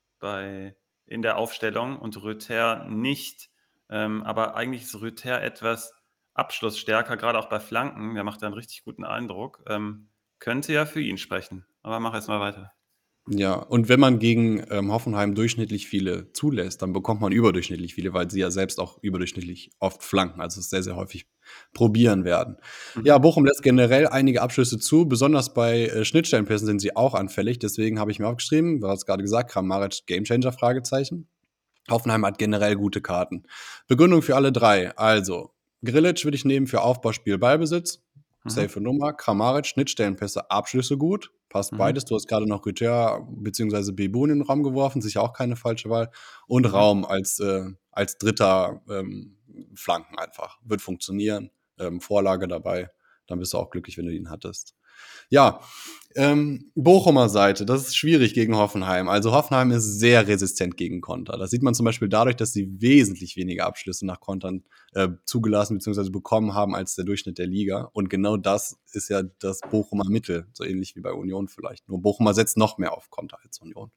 in der Aufstellung und Rüther nicht. Aber eigentlich ist Rüther etwas abschlussstärker, gerade auch bei Flanken. Der macht da einen richtig guten Eindruck. Könnte ja für ihn sprechen. Aber mach erst mal weiter. Ja, und wenn man gegen Hoffenheim durchschnittlich viele zulässt, dann bekommt man überdurchschnittlich viele, weil sie ja selbst auch überdurchschnittlich oft flanken, also es sehr, sehr häufig probieren werden. Ja, Bochum lässt generell einige Abschlüsse zu, besonders bei Schnittstellenpässen sind sie auch anfällig, deswegen habe ich mir aufgeschrieben, du hast gerade gesagt, Kramaric Gamechanger, Fragezeichen. Hoffenheim hat generell gute Karten. Begründung für alle drei, also Grilic würde ich nehmen für Aufbauspiel Ballbesitz, Mhm. safe Nummer. Kramaric, Schnittstellenpässe, Abschlüsse gut. Passt beides. Mhm. Du hast gerade noch Rüther bzw. Bebu in den Raum geworfen. Sicher auch keine falsche Wahl. Und Mhm. Raum als dritter Flanken einfach. Wird funktionieren. Vorlage dabei. Dann bist du auch glücklich, wenn du ihn hattest. Ja, Bochumer Seite, das ist schwierig gegen Hoffenheim. Also Hoffenheim ist sehr resistent gegen Konter. Das sieht man zum Beispiel dadurch, dass sie wesentlich weniger Abschlüsse nach Kontern zugelassen bzw. bekommen haben als der Durchschnitt der Liga. Und genau das ist ja das Bochumer Mittel, so ähnlich wie bei Union vielleicht. Nur Bochumer setzt noch mehr auf Konter als Union.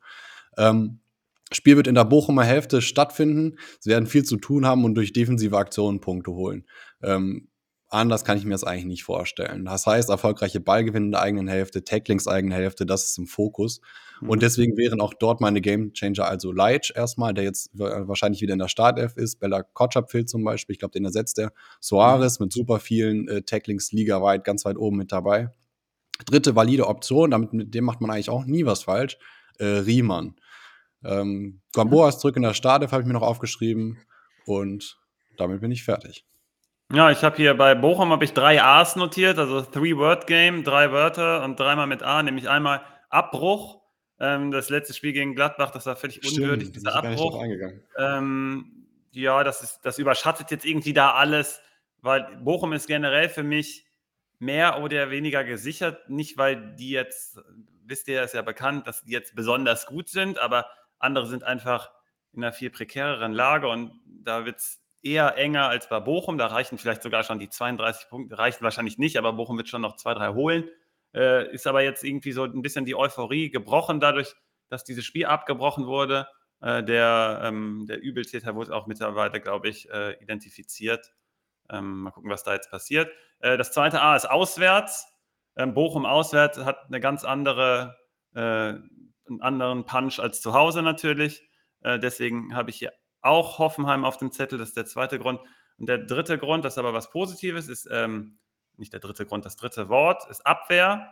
Spiel wird in der Bochumer Hälfte stattfinden. Sie werden viel zu tun haben und durch defensive Aktionen Punkte holen. Anders kann ich mir das eigentlich nicht vorstellen. Das heißt, erfolgreiche Ballgewinne in der eigenen Hälfte, Tacklings eigene Hälfte, das ist im Fokus. Und deswegen wären auch dort meine Gamechanger, also Leitsch erstmal, der jetzt wahrscheinlich wieder in der Startelf ist. Bella Kotschap fehlt zum Beispiel, ich glaube, den ersetzt er. Soares mit super vielen Tacklings ligaweit, ganz weit oben mit dabei. Dritte valide Option, mit dem macht man eigentlich auch nie was falsch. Riemann. Gamboa ist zurück in der Startelf, habe ich mir noch aufgeschrieben. Und damit bin ich fertig. Ja, ich habe hier bei Bochum habe ich 3 A's notiert, also Three-Word-Game, 3 Wörter und dreimal mit A, nämlich einmal Abbruch. Das letzte Spiel gegen Gladbach, das war völlig unwürdig, Stimmt, dieser bin ich gar nicht drauf Abbruch. eingegangen. Ja, das überschattet jetzt irgendwie da alles, weil Bochum ist generell für mich mehr oder weniger gesichert. Nicht, weil die jetzt, wisst ihr, ist ja bekannt, dass die jetzt besonders gut sind, aber andere sind einfach in einer viel prekäreren Lage und da wird es eher enger als bei Bochum. Da reichen vielleicht sogar schon die 32 Punkte, reichen wahrscheinlich nicht, aber Bochum wird schon noch 2, 3 holen. Ist aber jetzt irgendwie so ein bisschen die Euphorie gebrochen dadurch, dass dieses Spiel abgebrochen wurde. Der Übeltäter wurde auch mittlerweile, glaube ich, identifiziert. Mal gucken, was da jetzt passiert. Das zweite A ist auswärts. Bochum auswärts hat eine ganz andere, einen anderen Punch als zu Hause natürlich. Deswegen habe ich hier auch Hoffenheim auf dem Zettel. Das ist der zweite Grund. Und der dritte Grund, das ist aber was Positives, ist nicht der dritte Grund, das dritte Wort ist Abwehr.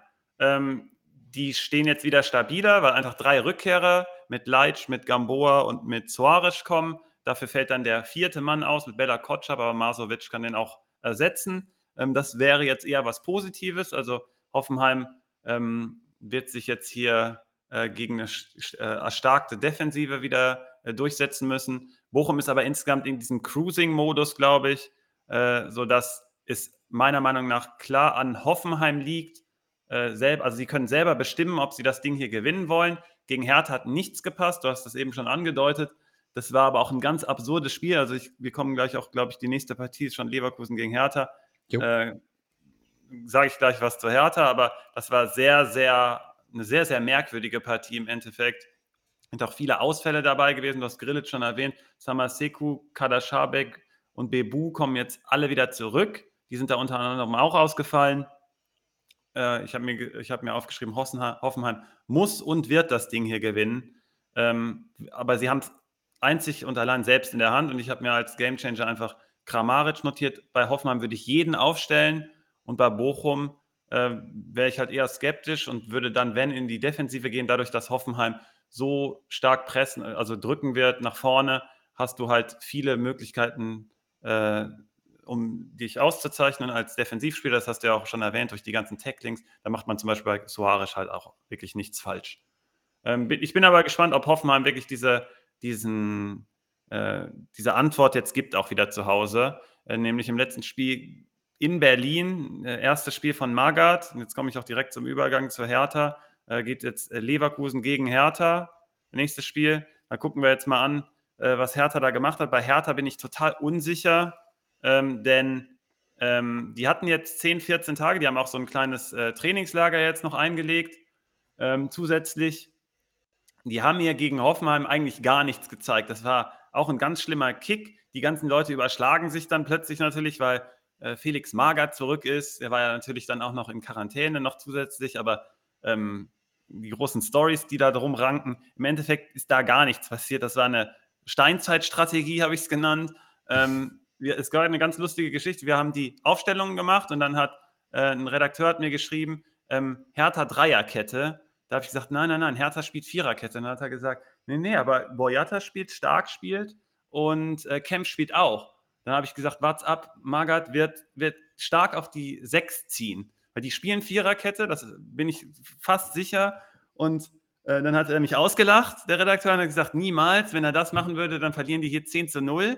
Die stehen jetzt wieder stabiler, weil einfach 3 Rückkehrer mit Leitsch, mit Gamboa und mit Soares kommen. Dafür fällt dann der 4. Mann aus mit Bella Kotschap, aber Masovic kann den auch ersetzen. Das wäre jetzt eher was Positives. Also Hoffenheim wird sich jetzt hier gegen eine erstarkte Defensive wieder durchsetzen müssen. Bochum ist aber insgesamt in diesem Cruising-Modus, glaube ich, sodass es meiner Meinung nach klar an Hoffenheim liegt. Also sie können selber bestimmen, ob sie das Ding hier gewinnen wollen. Gegen Hertha hat nichts gepasst, du hast das eben schon angedeutet. Das war aber auch ein ganz absurdes Spiel. Also wir kommen gleich auch, glaube ich, die nächste Partie ist schon Leverkusen gegen Hertha. Sage ich gleich was zu Hertha, aber das war eine sehr, sehr merkwürdige Partie im Endeffekt. Sind auch viele Ausfälle dabei gewesen. Du hast Grillitsch schon erwähnt. Samaseku, Kaderschabek und Bebu kommen jetzt alle wieder zurück. Die sind da unter anderem auch ausgefallen. Ich habe mir aufgeschrieben, Hoffenheim muss und wird das Ding hier gewinnen. Aber sie haben es einzig und allein selbst in der Hand. Und ich habe mir als Gamechanger einfach Kramaric notiert. Bei Hoffenheim würde ich jeden aufstellen. Und bei Bochum wäre ich halt eher skeptisch und würde dann, wenn, in die Defensive gehen. Dadurch, dass Hoffenheim so stark pressen, also drücken wird nach vorne, hast du halt viele Möglichkeiten, um dich auszuzeichnen als Defensivspieler. Das hast du ja auch schon erwähnt, durch die ganzen Tacklings. Da macht man zum Beispiel bei Soares halt auch wirklich nichts falsch. Ich bin aber gespannt, ob Hoffenheim wirklich diese Antwort jetzt gibt, auch wieder zu Hause. Nämlich im letzten Spiel in Berlin, erstes Spiel von Magath. Jetzt komme ich auch direkt zum Übergang zur Hertha. Geht jetzt Leverkusen gegen Hertha. Nächstes Spiel. Da gucken wir jetzt mal an, was Hertha da gemacht hat. Bei Hertha bin ich total unsicher, denn die hatten jetzt 10, 14 Tage. Die haben auch so ein kleines Trainingslager jetzt noch eingelegt. Zusätzlich. Die haben hier gegen Hoffenheim eigentlich gar nichts gezeigt. Das war auch ein ganz schlimmer Kick. Die ganzen Leute überschlagen sich dann plötzlich natürlich, weil Felix Magath zurück ist. Er war ja natürlich dann auch noch in Quarantäne noch zusätzlich, aber die großen Stories, die da drum ranken, im Endeffekt ist da gar nichts passiert. Das war eine Steinzeitstrategie, habe ich es genannt. Es gab eine ganz lustige Geschichte. Wir haben die Aufstellungen gemacht und dann hat ein Redakteur hat mir geschrieben, Hertha Dreierkette. Da habe ich gesagt, nein, Hertha spielt Viererkette. Dann hat er gesagt, nee, aber Boyata spielt, Stark spielt und Kempf spielt auch. Dann habe ich gesagt, wart's ab, Magath wird Stark auf die 6 ziehen. Weil die spielen Viererkette, das bin ich fast sicher. Und dann hat er mich ausgelacht, der Redakteur, und hat gesagt, niemals, wenn er das machen würde, dann verlieren die hier 10-0.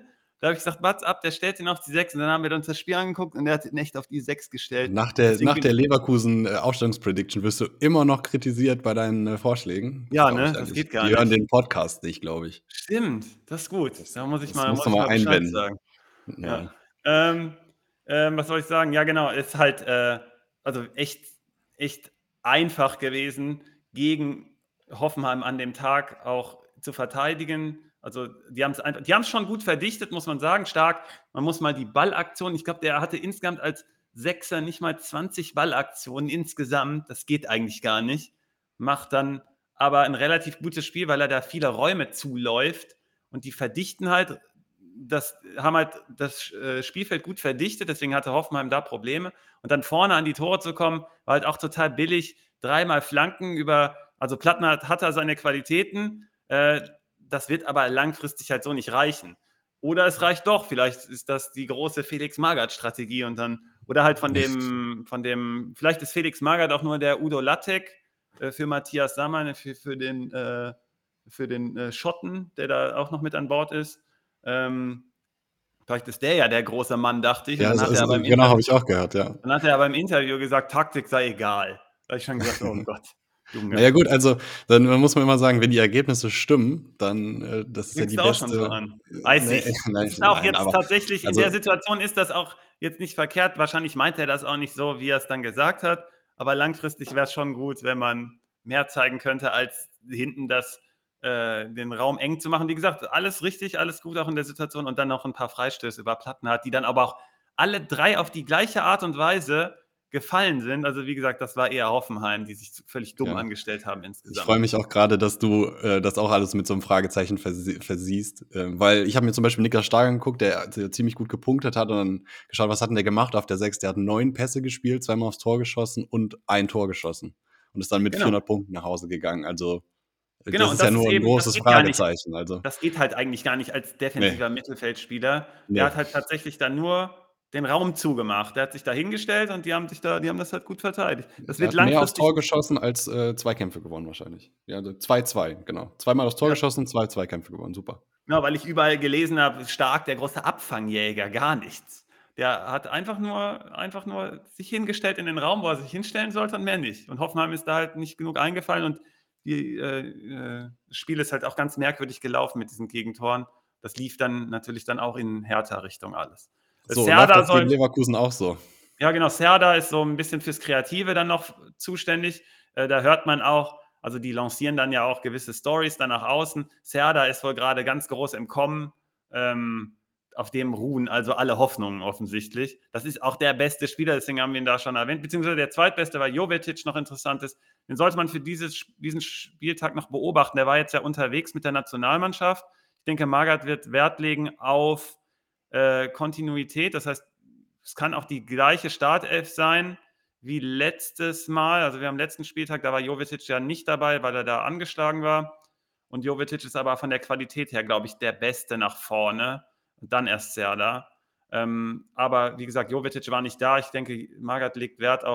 Da habe ich gesagt, what's up, der stellt ihn auf die 6 und dann haben wir uns das Spiel angeguckt und der hat ihn echt auf die 6 gestellt. Deswegen Nach bin der Leverkusen, Aufstellungsprediction wirst du immer noch kritisiert bei deinen, Vorschlägen. Das ja, glaube ne, ich das eigentlich. geht gar Die hören nicht. den Podcast nicht, glaube ich. Stimmt, das ist gut. Da Das musst du muss ich mal mal Bescheid einwenden. sagen. Ja. Ja. Ähm, was soll ich sagen? Ja, genau, ist halt, also echt einfach gewesen, gegen Hoffenheim an dem Tag auch zu verteidigen. Also, die haben's schon gut verdichtet, muss man sagen, stark. Man muss mal die Ballaktion ich glaube, der hatte insgesamt als Sechser nicht mal 20 Ballaktionen insgesamt. Das geht eigentlich gar nicht. Macht dann aber ein relativ gutes Spiel, weil er da viele Räume zuläuft und die verdichten halt haben halt das Spielfeld gut verdichtet, deswegen hatte Hoffenheim da Probleme. Und dann vorne an die Tore zu kommen, war halt auch total billig. Dreimal Flanken also Plattner hat da seine Qualitäten, das wird aber langfristig halt so nicht reichen. Oder es reicht doch, vielleicht ist das die große Felix Magath-Strategie oder halt vielleicht ist Felix Magath auch nur der Udo Lattek für Matthias Sammer, für den Schotten, der da auch noch mit an Bord ist. Vielleicht ist der ja der große Mann, dachte ich. Und Ja, dann hat er aber genau, habe ich auch gehört, ja. im Interview gesagt, Taktik sei egal. Da habe ich schon gesagt, oh Gott, Na Junge. ja gut, also, dann muss man immer sagen, wenn die Ergebnisse stimmen, dann, das ist ja Fängst die du auch schon so beste an? Weiß ne, ich. nein, Ist auch nein, jetzt aber tatsächlich in der also Situation ist das auch jetzt nicht verkehrt. Wahrscheinlich meint er das auch nicht so, wie er es dann gesagt hat. Aber langfristig wäre es schon gut, wenn man mehr zeigen könnte, als hinten den Raum eng zu machen. Wie gesagt, alles richtig, alles gut auch in der Situation und dann noch ein paar Freistöße über Platten hat, die dann aber auch alle 3 auf die gleiche Art und Weise gefallen sind. Also, wie gesagt, das war eher Hoffenheim, die sich völlig dumm ja. angestellt haben Ich insgesamt. freue mich auch grade, dass du, das auch alles mit so 'nem Fragezeichen versiehst, weil ich habe mir zum Beispiel Niklas Stark angeguckt, der ziemlich gut gepunktet hat und dann geschaut, was hat 'n der gemacht auf der 6? Der hat 9 Pässe gespielt, zweimal aufs Tor geschossen und ein Tor geschossen und ist dann mit Genau. 400 Punkten nach Hause gegangen. Also, Genau, das und ist ja das ist nur 'n eben das großes geht gar nicht Fragezeichen, also, das geht halt eigentlich gar nicht als ne, defensiver Mittelfeldspieler. Der ne. hat halt tatsächlich dann nur den Raum zugemacht. Der hat sich da hingestellt und die haben das halt gut verteidigt. Das Der wird hat mehr aufs langfristig Tor geschossen als, Zweikämpfe gewonnen wahrscheinlich. Ja, also 2:2, genau. Zweimal aufs Tor ja, geschossen, 2 Zweikämpfe gewonnen, super. genau, weil ich überall gelesen habe, Stark, der große Abfangjäger, gar nichts. Der hat einfach nur sich hingestellt in den Raum, wo er sich hinstellen sollte und mehr nicht. Und Hoffenheim ist da halt nicht genug eingefallen und das Spiel ist halt auch ganz merkwürdig gelaufen mit diesen Gegentoren. Das lief dann natürlich dann auch in Hertha-Richtung alles. So, läuft Serda das gegen soll Leverkusen auch so? Ja, genau, Serda ist so ein bisschen fürs Kreative dann noch zuständig. Da hört man auch also, die lancieren dann ja auch gewisse Stories dann nach außen. Serda ist wohl gerade ganz groß im Kommen. Ähm, auf dem ruhen also alle Hoffnungen offensichtlich. Das ist auch der beste Spieler, deswegen haben wir ihn da schon erwähnt, beziehungsweise der zweitbeste, weil Jovetic noch interessant ist. Den sollte man für diesen Spieltag noch beobachten. Der war jetzt ja unterwegs mit der Nationalmannschaft. Ich denke, Magath wird Wert legen auf, Kontinuität. Das heißt, es kann auch die gleiche Startelf sein wie letztes Mal. Also, wir haben letzten Spieltag, da war Jovetic ja nicht dabei, weil er da angeschlagen war. Und Jovetic ist aber von der Qualität her, glaube ich, der Beste nach vorne und dann erst Serda. Aber wie gesagt, Jovetic war nicht da. Ich denke, Magath legt Wert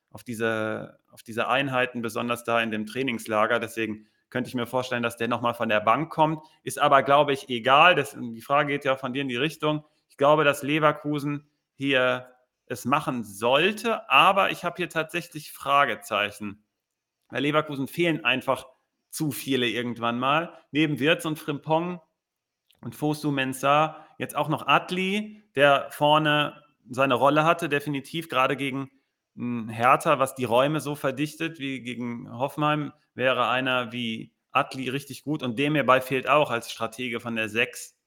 auf diese Einheiten, besonders da in dem Trainingslager. Deswegen könnte ich mir vorstellen, dass der nochmal von der Bank kommt. Ist aber, glaube ich, egal. Die Frage geht ja von dir in die Richtung. Ich glaube, dass Leverkusen hier es machen sollte, aber ich habe hier tatsächlich Fragezeichen. Bei Leverkusen fehlen einfach zu viele irgendwann mal. Neben Wirtz und Frimpong und Fosu Mensah jetzt auch noch Adli, der vorne seine Rolle hatte, definitiv gerade gegen Hertha, was die Räume so verdichtet wie gegen Hoffenheim, wäre einer wie Adli richtig gut und dem hierbei fehlt auch als Stratege von der 6.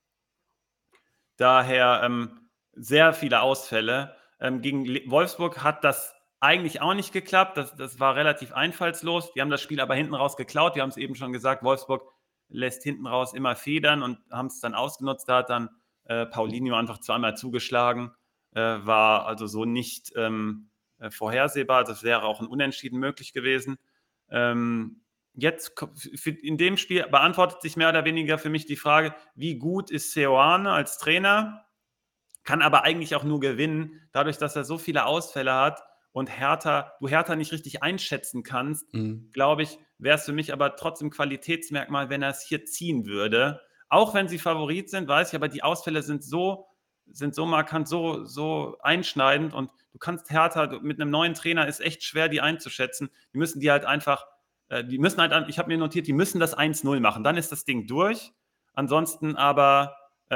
Daher sehr viele Ausfälle. Gegen Wolfsburg hat das eigentlich auch nicht geklappt. Das war relativ einfallslos. Die haben das Spiel aber hinten raus geklaut. Wir haben es eben schon gesagt, Wolfsburg lässt hinten raus immer federn und haben es dann ausgenutzt. Da hat dann Paulinho einfach zweimal zugeschlagen. War also so nicht vorhersehbar. Das wäre auch ein Unentschieden möglich gewesen. Jetzt in dem Spiel beantwortet sich mehr oder weniger für mich die Frage, wie gut ist Seoane als Trainer, kann aber eigentlich auch nur gewinnen, dadurch, dass er so viele Ausfälle hat und du Hertha nicht richtig einschätzen kannst, Mhm. glaube ich, wäre es für mich aber trotzdem Qualitätsmerkmal, wenn er es hier ziehen würde. Auch wenn sie Favorit sind, weiß ich, aber die Ausfälle sind so markant, so einschneidend und du kannst Hertha mit einem neuen Trainer ist echt schwer, die einzuschätzen. Die müssen die halt einfach, ich habe mir notiert, die müssen das 1-0 machen. Dann ist das Ding durch. Ansonsten aber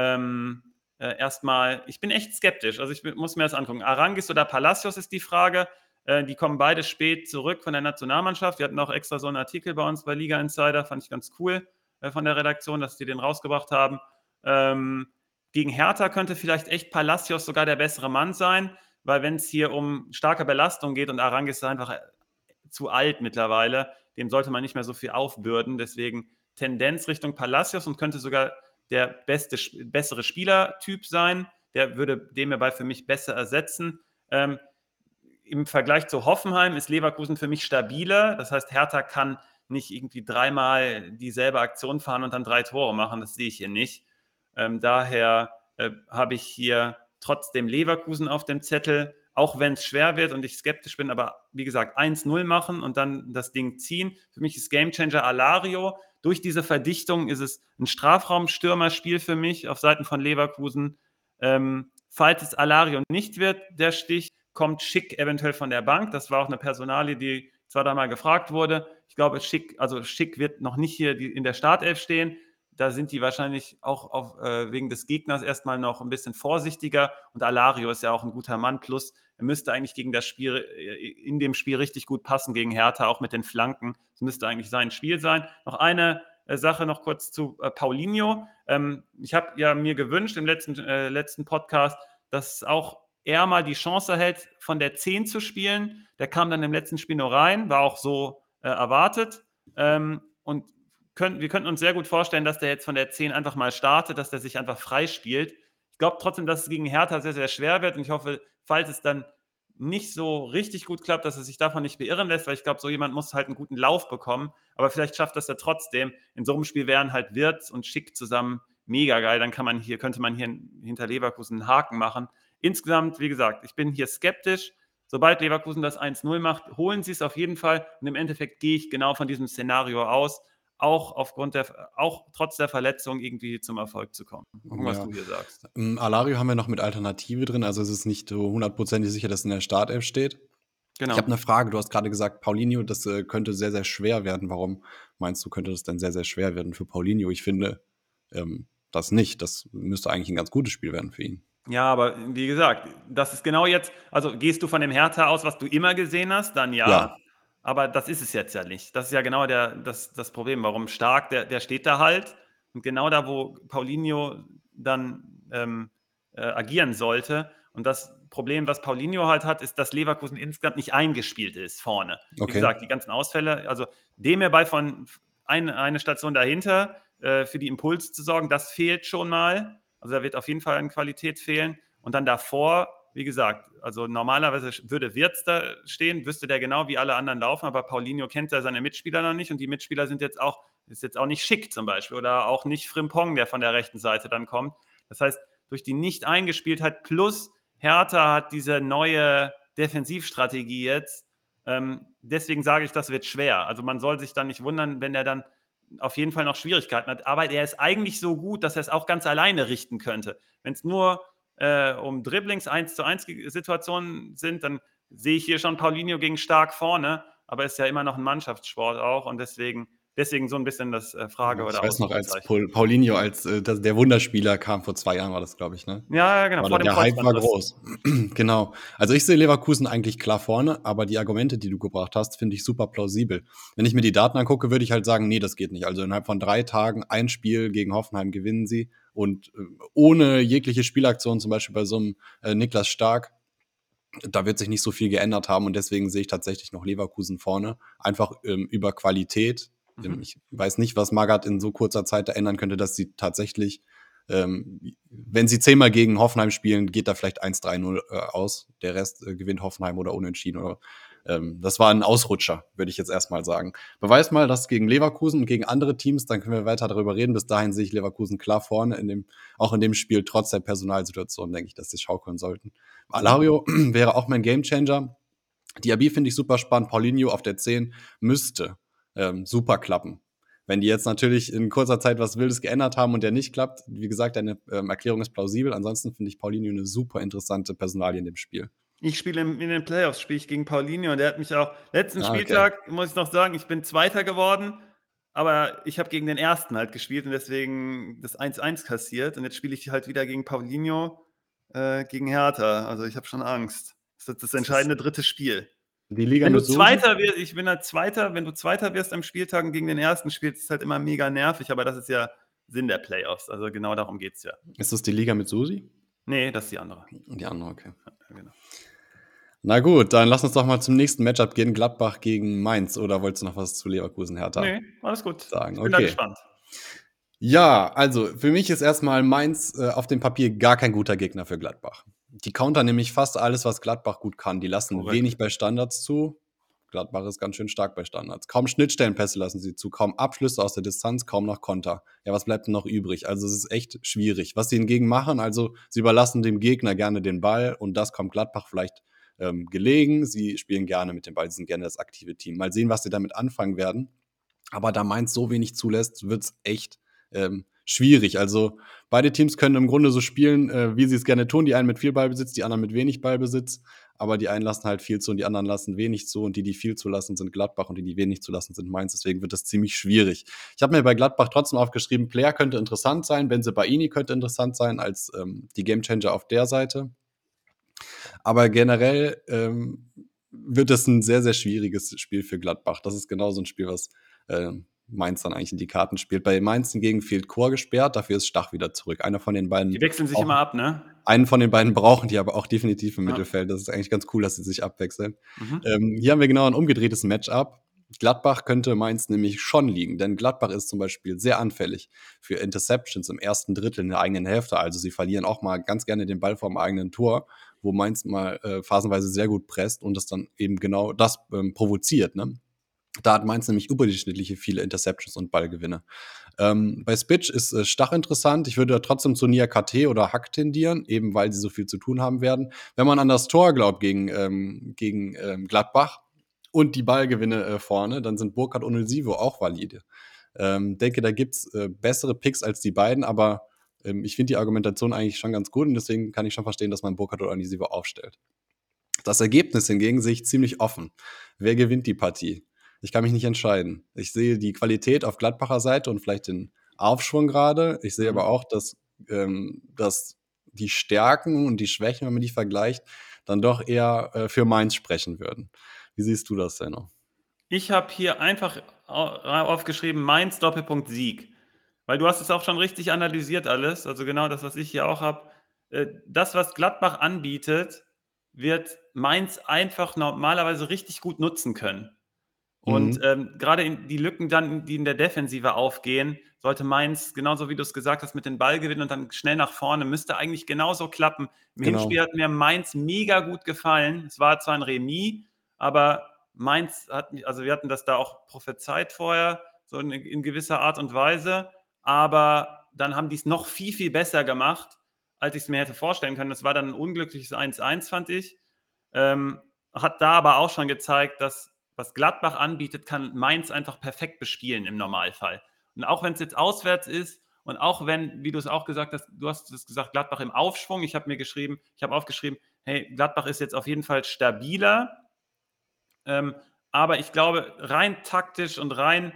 erstmal, ich bin echt skeptisch. Also ich muss mir das angucken. Arangis oder Palacios ist die Frage. Die kommen beide spät zurück von der Nationalmannschaft. Wir hatten auch extra so einen Artikel bei uns bei Liga Insider, fand ich ganz cool von der Redaktion, dass die den rausgebracht haben. Gegen Hertha könnte vielleicht echt Palacios sogar der bessere Mann sein, weil wenn es hier um starke Belastung geht und Arangis ist einfach zu alt mittlerweile, dem sollte man nicht mehr so viel aufbürden. Deswegen Tendenz Richtung Palacios und könnte sogar der bessere Spielertyp sein. Der würde den mir für mich besser ersetzen. Im Vergleich zu Hoffenheim ist Leverkusen für mich stabiler. Das heißt, Hertha kann nicht irgendwie dreimal dieselbe Aktion fahren und dann 3 Tore machen. Das sehe ich hier nicht. Daher habe ich hier trotzdem Leverkusen auf dem Zettel, auch wenn es schwer wird und ich skeptisch bin, aber wie gesagt, 1-0 machen und dann das Ding ziehen. Für mich ist Gamechanger Alario. Durch diese Verdichtung ist es ein Strafraumstürmerspiel für mich auf Seiten von Leverkusen. Falls es Alario nicht wird, der Stich, kommt Schick eventuell von der Bank. Das war auch eine Personalie, die 2-3 Mal gefragt wurde. Ich glaube, Schick wird noch nicht hier in der Startelf stehen. Da sind die wahrscheinlich auch wegen des Gegners erstmal noch ein bisschen vorsichtiger. Und Alario ist ja auch ein guter Mann. Plus, er müsste eigentlich in dem Spiel richtig gut passen gegen Hertha, auch mit den Flanken. Das müsste eigentlich sein Spiel sein. Noch eine Sache noch kurz zu Paulinho. Ich habe ja mir gewünscht im letzten Podcast, dass auch er mal die Chance erhält, von der 10 zu spielen. Der kam dann im letzten Spiel nur rein, war auch so erwartet. Und wir könnten uns sehr gut vorstellen, dass der jetzt von der 10 einfach mal startet, dass der sich einfach frei spielt. Ich glaube trotzdem, dass es gegen Hertha sehr, sehr schwer wird und ich hoffe, falls es dann nicht so richtig gut klappt, dass er sich davon nicht beirren lässt, weil ich glaube, so jemand muss halt einen guten Lauf bekommen, aber vielleicht schafft das ja trotzdem. In so einem Spiel wären halt Wirtz und Schick zusammen mega geil, dann könnte man hier hinter Leverkusen einen Haken machen. Insgesamt, wie gesagt, ich bin hier skeptisch. Sobald Leverkusen das 1-0 macht, holen sie es auf jeden Fall und im Endeffekt gehe ich genau von diesem Szenario aus, auch trotz der Verletzung irgendwie zum Erfolg zu kommen. Gucken, was Ja. du hier sagst. Alario haben wir noch mit Alternative drin, also es ist nicht so hundertprozentig sicher, dass in der Startelf steht. Genau. Ich habe eine Frage, du hast gerade gesagt, Paulinho, das könnte sehr, sehr schwer werden. Warum meinst du, könnte das denn sehr, sehr schwer werden für Paulinho? Ich finde das nicht. Das müsste eigentlich ein ganz gutes Spiel werden für ihn. Ja, aber wie gesagt, das ist genau jetzt, also gehst du von dem Hertha aus, was du immer gesehen hast, dann ja. Ja. Aber das ist es jetzt ja nicht. Das ist ja genau das Problem. Warum Stark, der steht da halt. Und genau da, wo Paulinho dann agieren sollte. Und das Problem, was Paulinho halt hat, ist, dass Leverkusen insgesamt nicht eingespielt ist vorne. Wie Okay. gesagt, die ganzen Ausfälle, also dem hierbei von eine Station dahinter für die Impuls zu sorgen, das fehlt schon mal. Also da wird auf jeden Fall an Qualität fehlen. Und dann davor, wie gesagt, also normalerweise würde Wirtz da stehen, wüsste der genau, wie alle anderen laufen, aber Paulinho kennt ja seine Mitspieler noch nicht und die Mitspieler ist jetzt auch nicht Schick zum Beispiel oder auch nicht Frimpong, der von der rechten Seite dann kommt. Das heißt, durch die Nicht-Eingespieltheit plus Hertha hat diese neue Defensivstrategie jetzt. Deswegen sage ich, das wird schwer. Also man soll sich dann nicht wundern, wenn er dann auf jeden Fall noch Schwierigkeiten hat. Aber er ist eigentlich so gut, dass er es auch ganz alleine richten könnte. Wenn es nur um Dribblings 1-zu-1 Situationen sind, dann sehe ich hier schon Paulinho gegen Stark vorne, aber ist ja immer noch ein Mannschaftssport auch und deswegen so ein bisschen das Frage Ich oder weiß noch, als Ausrufezeichen. Paulinho der Wunderspieler kam, vor 2 Jahren war das, glaube ich, ne? Ja, genau, vor dem Der Hype war Kreuzbandriss. groß. Genau. Also ich sehe Leverkusen eigentlich klar vorne, aber die Argumente, die du gebracht hast, finde ich super plausibel. Wenn ich mir die Daten angucke, würde ich halt sagen, nee, das geht nicht. Also innerhalb von 3 Tagen ein Spiel gegen Hoffenheim gewinnen sie und ohne jegliche Spielaktion, zum Beispiel bei so einem Niklas Stark, da wird sich nicht so viel geändert haben und deswegen sehe ich tatsächlich noch Leverkusen vorne. Einfach über Qualität. Ich weiß nicht, was Magath in so kurzer Zeit da ändern könnte, dass sie tatsächlich, wenn sie 10-mal gegen Hoffenheim spielen, geht da vielleicht 1-3-0 aus. Der Rest gewinnt Hoffenheim oder unentschieden. Oder, das war ein Ausrutscher, würde ich jetzt erstmal sagen. Beweis mal das gegen Leverkusen und gegen andere Teams, dann können wir weiter darüber reden. Bis dahin sehe ich Leverkusen klar vorne, auch in dem Spiel, trotz der Personalsituation, denke ich, dass sie schaukeln sollten. Alario wäre auch mein Gamechanger. Diaby finde ich super spannend. Paulinho auf der 10 müsste super klappen. Wenn die jetzt natürlich in kurzer Zeit was Wildes geändert haben und der nicht klappt, wie gesagt, deine Erklärung ist plausibel. Ansonsten finde ich Paulinho eine super interessante Personalie in dem Spiel. Ich spiele in den Playoffs spiele ich gegen Paulinho und der hat mich auch letzten Ah, okay. Spieltag, muss ich noch sagen, ich bin Zweiter geworden, aber ich habe gegen den Ersten halt gespielt und deswegen das 1:1 kassiert und jetzt spiele ich halt wieder gegen Paulinho, gegen Hertha. Also, ich habe schon Angst. Das ist das Das ist entscheidende dritte Spiel. die Liga Wenn du mit Susi. Zweiter wirst ich bin halt Zweiter wenn du Zweiter wirst am Spieltag und gegen den Ersten spielst, ist halt immer mega nervig, aber das ist ja Sinn der Playoffs. Also, genau darum geht's ja. Ist das die Liga mit Susi? Ne, das ist die andere. Die andere, okay. Ja, genau. Na gut, dann lass uns doch mal zum nächsten Matchup gehen. Gladbach gegen Mainz. Oder wolltest du noch was zu Leverkusen Hertha Ne, alles gut. sagen? Ich bin da Okay. gespannt. Ja, also für mich ist erstmal Mainz auf dem Papier gar kein guter Gegner für Gladbach. Die countern nämlich fast alles, was Gladbach gut kann. Die lassen Korrekt. wenig bei Standards zu. Gladbach ist ganz schön stark bei Standards. Kaum Schnittstellenpässe lassen sie zu, kaum Abschlüsse aus der Distanz, kaum noch Konter. Ja, was bleibt denn noch übrig? Also es ist echt schwierig. Was sie hingegen machen, also sie überlassen dem Gegner gerne den Ball und das kommt Gladbach vielleicht gelegen. Sie spielen gerne mit dem Ball, sie sind gerne das aktive Team. Mal sehen, was sie damit anfangen werden. Aber da Mainz so wenig zulässt, wird's echt schwierig. Also beide Teams können im Grunde so spielen, wie sie es gerne tun. Die einen mit viel Ballbesitz, die anderen mit wenig Ballbesitz. Aber die einen lassen halt viel zu und die anderen lassen wenig zu. Und die viel zulassen, sind Gladbach und die wenig zulassen, sind Mainz. Deswegen wird das ziemlich schwierig. Ich habe mir bei Gladbach trotzdem aufgeschrieben, Player könnte interessant sein, Bensebaini könnte interessant sein als die Gamechanger auf der Seite. Aber generell wird es ein sehr, sehr schwieriges Spiel für Gladbach. Das ist genau so ein Spiel, was Mainz dann eigentlich in die Karten spielt. Bei Mainz hingegen fehlt Chor gesperrt, dafür ist Stach wieder zurück. Einer von den Die beiden wechseln sich immer ab, ne? einen von den beiden brauchen die aber auch definitiv im Ja. Mittelfeld. Das ist eigentlich ganz cool, dass sie sich abwechseln. Mhm. Hier haben wir genau ein umgedrehtes Matchup. Gladbach könnte Mainz nämlich schon liegen, denn Gladbach ist zum Beispiel sehr anfällig für Interceptions im ersten Drittel in der eigenen Hälfte. Also sie verlieren auch mal ganz gerne den Ball vorm eigenen Tor, wo Mainz mal phasenweise sehr gut presst und das dann eben genau das provoziert. Ne? Da hat Mainz nämlich überdurchschnittliche viele Interceptions und Ballgewinne. Bei Spitch ist Stach interessant. Ich würde trotzdem zu Nia KT oder Hack tendieren, eben weil sie so viel zu tun haben werden. Wenn man an das Tor glaubt gegen Gladbach und die Ballgewinne vorne, dann sind Burkhardt und Ulsivo auch valide. Denke, da gibt's bessere Picks als die beiden, aber ich finde die Argumentation eigentlich schon ganz gut und deswegen kann ich schon verstehen, dass man Burkhardt oder Ulsivo aufstellt. Das Ergebnis hingegen sehe ich ziemlich offen. Wer gewinnt die Partie? Ich kann mich nicht entscheiden. Ich sehe die Qualität auf Gladbacher Seite und vielleicht den Aufschwung gerade. Ich sehe aber Mhm. auch, dass die Stärken und die Schwächen, wenn man die vergleicht, dann doch eher für Mainz sprechen würden. Wie siehst du das, Senno? Ich habe hier einfach aufgeschrieben, Mainz Doppelpunkt Sieg. Weil du hast es auch schon richtig analysiert alles, also genau das, was ich hier auch habe. Das, was Gladbach anbietet, wird Mainz einfach normalerweise richtig gut nutzen können. Und Mhm. gerade in die Lücken dann, die in der Defensive aufgehen, sollte Mainz, genauso wie du es gesagt hast, mit den Ballgewinnen und dann schnell nach vorne, müsste eigentlich genauso klappen. Im Genau. Hinspiel hat mir Mainz mega gut gefallen. Es war zwar ein Remis, aber Mainz also wir hatten das da auch prophezeit vorher, so in gewisser Art und Weise, aber dann haben die es noch viel, viel besser gemacht, als ich es mir hätte vorstellen können. Das war dann ein unglückliches 1:1, fand ich. Hat da aber auch schon gezeigt, dass was Gladbach anbietet, kann Mainz einfach perfekt bespielen im Normalfall. Und auch wenn es jetzt auswärts ist und auch wenn, wie du es auch gesagt hast, du hast es gesagt, Gladbach im Aufschwung. Ich habe aufgeschrieben, hey, Gladbach ist jetzt auf jeden Fall stabiler. Aber ich glaube, rein taktisch und rein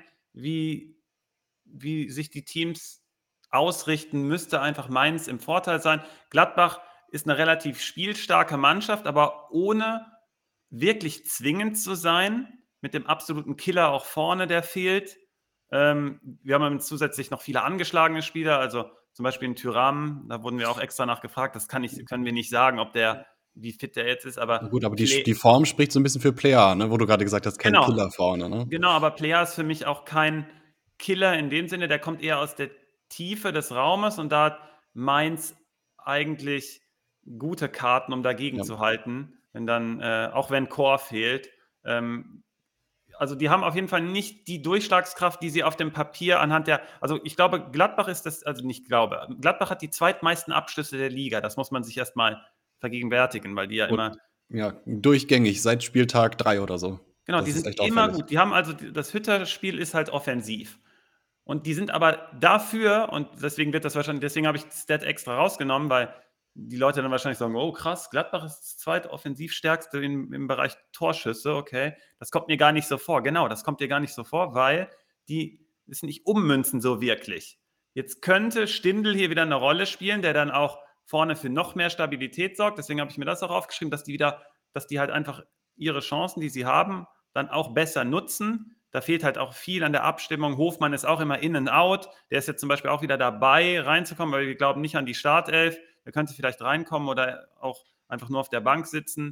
wie sich die Teams ausrichten, müsste einfach Mainz im Vorteil sein. Gladbach ist eine relativ spielstarke Mannschaft, aber ohne wirklich zwingend zu sein, mit dem absoluten Killer auch vorne, der fehlt. Wir haben zusätzlich noch viele angeschlagene Spieler, also zum Beispiel in Thuram, da wurden wir auch extra nachgefragt, können wir nicht sagen, wie fit der jetzt ist, aber Gut, aber Ple die Form spricht so ein bisschen für Player, ne? Wo du gerade gesagt hast, kein genau, Killer vorne. Ne? genau, aber Plea ist für mich auch kein Killer in dem Sinne, der kommt eher aus der Tiefe des Raumes und da hat Mainz eigentlich gute Karten, um dagegen Ja. zu halten, wenn dann, auch wenn Chor fehlt. Ähm, also die haben auf jeden Fall nicht die Durchschlagskraft, die sie auf dem Papier also ich glaube, Gladbach hat die zweitmeisten Abschlüsse der Liga. Das muss man sich erst mal vergegenwärtigen, weil die ja Und immer ja, durchgängig, seit Spieltag 3 oder so. genau, die Das ist sind echt immer auffällig. gut. Die haben also das Hütter-Spiel ist halt offensiv. Und die sind aber dafür, und deswegen habe ich das Stat extra rausgenommen, weil die Leute dann wahrscheinlich sagen, oh krass, Gladbach ist das zweitoffensivstärkste im Bereich Torschüsse, okay, das kommt mir gar nicht so vor. Genau, das kommt dir gar nicht so vor, weil die es nicht ummünzen so wirklich. Jetzt könnte Stindl hier wieder eine Rolle spielen, der dann auch vorne für noch mehr Stabilität sorgt. Deswegen habe ich mir das auch aufgeschrieben, dass die halt einfach ihre Chancen, die sie haben, dann auch besser nutzen. Da fehlt halt auch viel an der Abstimmung. Hofmann ist auch immer in and out. Der ist jetzt zum Beispiel auch wieder dabei, reinzukommen, weil wir glauben nicht an die Startelf. Der könnte vielleicht reinkommen oder auch einfach nur auf der Bank sitzen.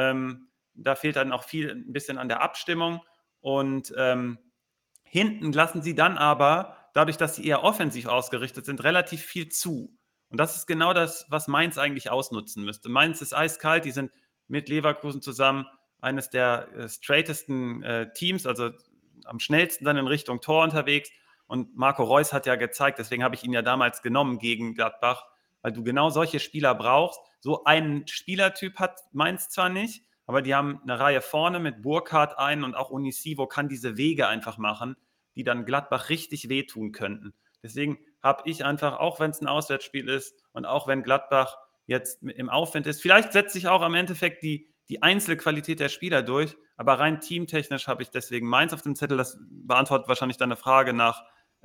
Da fehlt dann auch ein bisschen an der Abstimmung. Und hinten lassen sie dann aber, dadurch, dass sie eher offensiv ausgerichtet sind, relativ viel zu. Und das ist genau das, was Mainz eigentlich ausnutzen müsste. Mainz ist eiskalt, die sind mit Leverkusen zusammen eines der straightesten Teams, also am schnellsten dann in Richtung Tor unterwegs. Und Marco Reus hat ja gezeigt, deswegen habe ich ihn ja damals genommen gegen Gladbach, weil du genau solche Spieler brauchst. So einen Spielertyp hat Mainz zwar nicht, aber die haben eine Reihe vorne mit Burkhardt ein und auch Unisivo kann diese Wege einfach machen, die dann Gladbach richtig wehtun könnten. Deswegen habe ich einfach, auch wenn es ein Auswärtsspiel ist und auch wenn Gladbach jetzt im Aufwind ist, vielleicht setzt sich auch am Endeffekt die Einzelqualität der Spieler durch, aber rein teamtechnisch habe ich deswegen Mainz auf dem Zettel. Das beantwortet wahrscheinlich deine Frage nach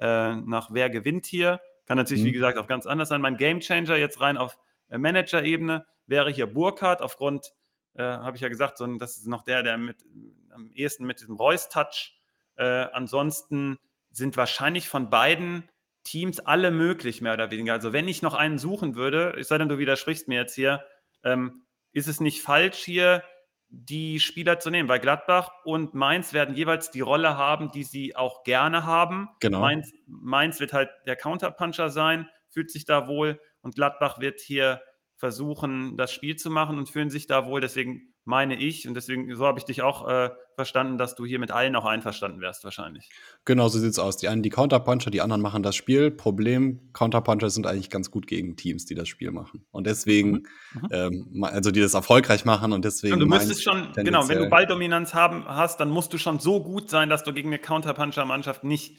wer gewinnt hier. Kann natürlich, wie Mhm. gesagt, auch ganz anders sein. Mein Gamechanger jetzt rein auf Manager-Ebene wäre hier Burkhardt aufgrund, habe ich ja gesagt, das ist noch der am ehesten mit diesem Reus-Touch. Ansonsten sind wahrscheinlich von beiden Teams alle möglich, mehr oder weniger. Also wenn ich noch einen suchen würde, es sei denn, du widersprichst mir jetzt hier, ist es nicht falsch, hier die Spieler zu nehmen, weil Gladbach und Mainz werden jeweils die Rolle haben, die sie auch gerne haben. Genau. Mainz wird halt der Counterpuncher sein, fühlt sich da wohl, und Gladbach wird hier versuchen, das Spiel zu machen und fühlen sich da wohl. Deswegen meine ich, und deswegen, so habe ich dich auch verstanden, dass du hier mit allen auch einverstanden wärst, wahrscheinlich. Genau, so sieht's aus. Die einen die Counterpuncher, die anderen machen das Spiel. Problem, Counterpuncher sind eigentlich ganz gut gegen Teams, die das Spiel machen. Und Mhm. deswegen, Mhm. also die das erfolgreich machen und Und deswegen du müsstest Mainz schon, genau, wenn du tendenziell. Balldominanz hast, dann musst du schon so gut sein, dass du gegen eine Counterpuncher-Mannschaft nicht,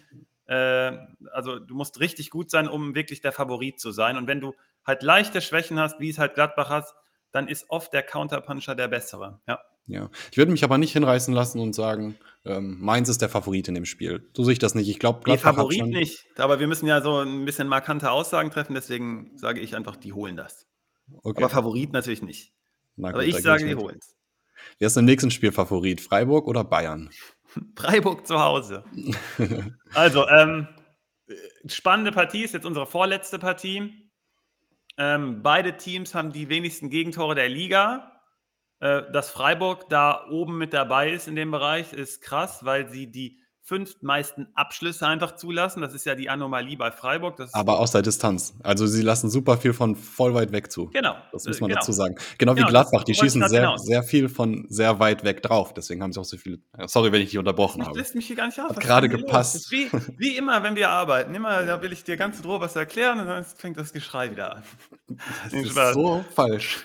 also du musst richtig gut sein, um wirklich der Favorit zu sein. Und wenn du halt leichte Schwächen hast, wie es halt Gladbach hat, dann ist oft der Counterpuncher der bessere. Ja. Ja. Ich würde mich aber nicht hinreißen lassen und sagen, Mainz ist der Favorit in dem Spiel. So sehe ich das nicht. Ich glaube, Nee, Gladbach hat Favorit schon. nicht, aber wir müssen ja so ein bisschen markante Aussagen treffen, deswegen sage ich einfach, die holen das. Aber Okay, Favorit natürlich nicht. na Aber gut, da ich gehe sage, ich die mit. holen es. Wer ist im nächsten Spiel Favorit? Freiburg oder Bayern? Freiburg zu Hause. Also, spannende Partie, ist jetzt unsere vorletzte Partie. Beide Teams haben die wenigsten Gegentore der Liga. Dass Freiburg da oben mit dabei ist in dem Bereich, ist krass, weil sie die 5 meisten Abschlüsse einfach zulassen. Das ist ja die Anomalie bei Freiburg. Aber aus der Distanz. Also, sie lassen super viel von voll weit weg zu. Genau, Das muss man genau, dazu sagen. Genau wie genau, das Gladbach, die wollte ich schießen gerade sehr, hinaus. sehr viel von sehr weit weg drauf. Deswegen haben sie auch so viele. Sorry, wenn ich dich unterbrochen habe. Lässt mich hier gar nicht auf. Hat Was ist denn grade hier los? Das ist gepasst. wie immer, wenn wir arbeiten. Immer, da will ich dir ganz in Ruhe was erklären und dann fängt das Geschrei wieder an. Das Nee, ist Spaß. so falsch.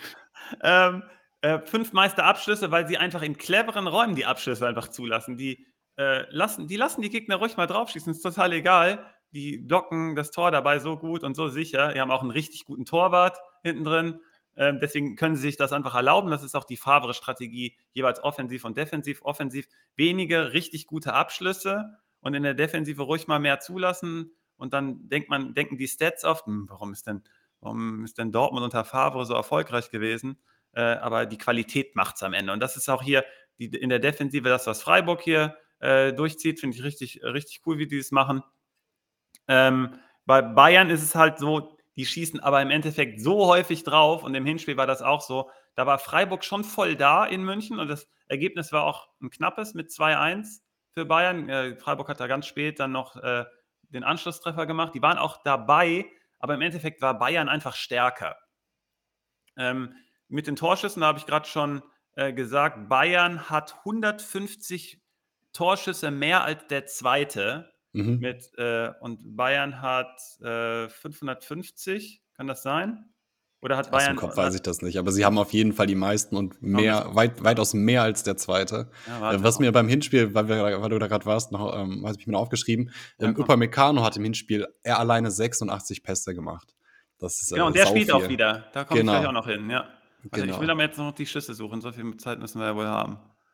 5 meiste Abschlüsse, weil sie einfach in cleveren Räumen die Abschlüsse einfach zulassen. Die lassen die Gegner ruhig mal draufschießen, ist total egal. Die blocken das Tor dabei so gut und so sicher. Die haben auch einen richtig guten Torwart hinten drin. Deswegen können sie sich das einfach erlauben. Das ist auch die Favre-Strategie, jeweils offensiv und defensiv. Offensiv wenige richtig gute Abschlüsse und in der Defensive ruhig mal mehr zulassen. Und dann denken die Stats oft, warum ist denn Dortmund unter Favre so erfolgreich gewesen? Aber die Qualität macht es am Ende. Und das ist auch hier in der Defensive das, was Freiburg hier durchzieht, finde ich richtig, richtig cool, wie die das machen. Bei Bayern ist es halt so, die schießen aber im Endeffekt so häufig drauf und im Hinspiel war das auch so. Da war Freiburg schon voll da in München und das Ergebnis war auch ein knappes mit 2-1 für Bayern. Freiburg hat da ganz spät dann noch den Anschlusstreffer gemacht. Die waren auch dabei, aber im Endeffekt war Bayern einfach stärker. Mit den Torschüssen, da habe ich gerade schon gesagt, Bayern hat 150 Torschüsse mehr als der zweite. Mhm. Und Bayern hat 550, kann das sein? Oder hat Aus dem Bayern Kopf weiß ich das nicht, aber sie haben auf jeden Fall die meisten und mehr, weitaus mehr als der Zweite. Ja, warte. Was mir beim Hinspiel, weil du da gerade warst, noch, habe ich mir noch aufgeschrieben, Ja, komm. Upamecano hat im Hinspiel er alleine 86 Pässe gemacht. Das ist Genau, und der sau spielt auch viel. wieder. Da komme ich gleich auch Genau, noch hin, ja. Warte, ich will genau. aber jetzt noch die Schüsse suchen. So viel Zeit müssen wir ja wohl haben.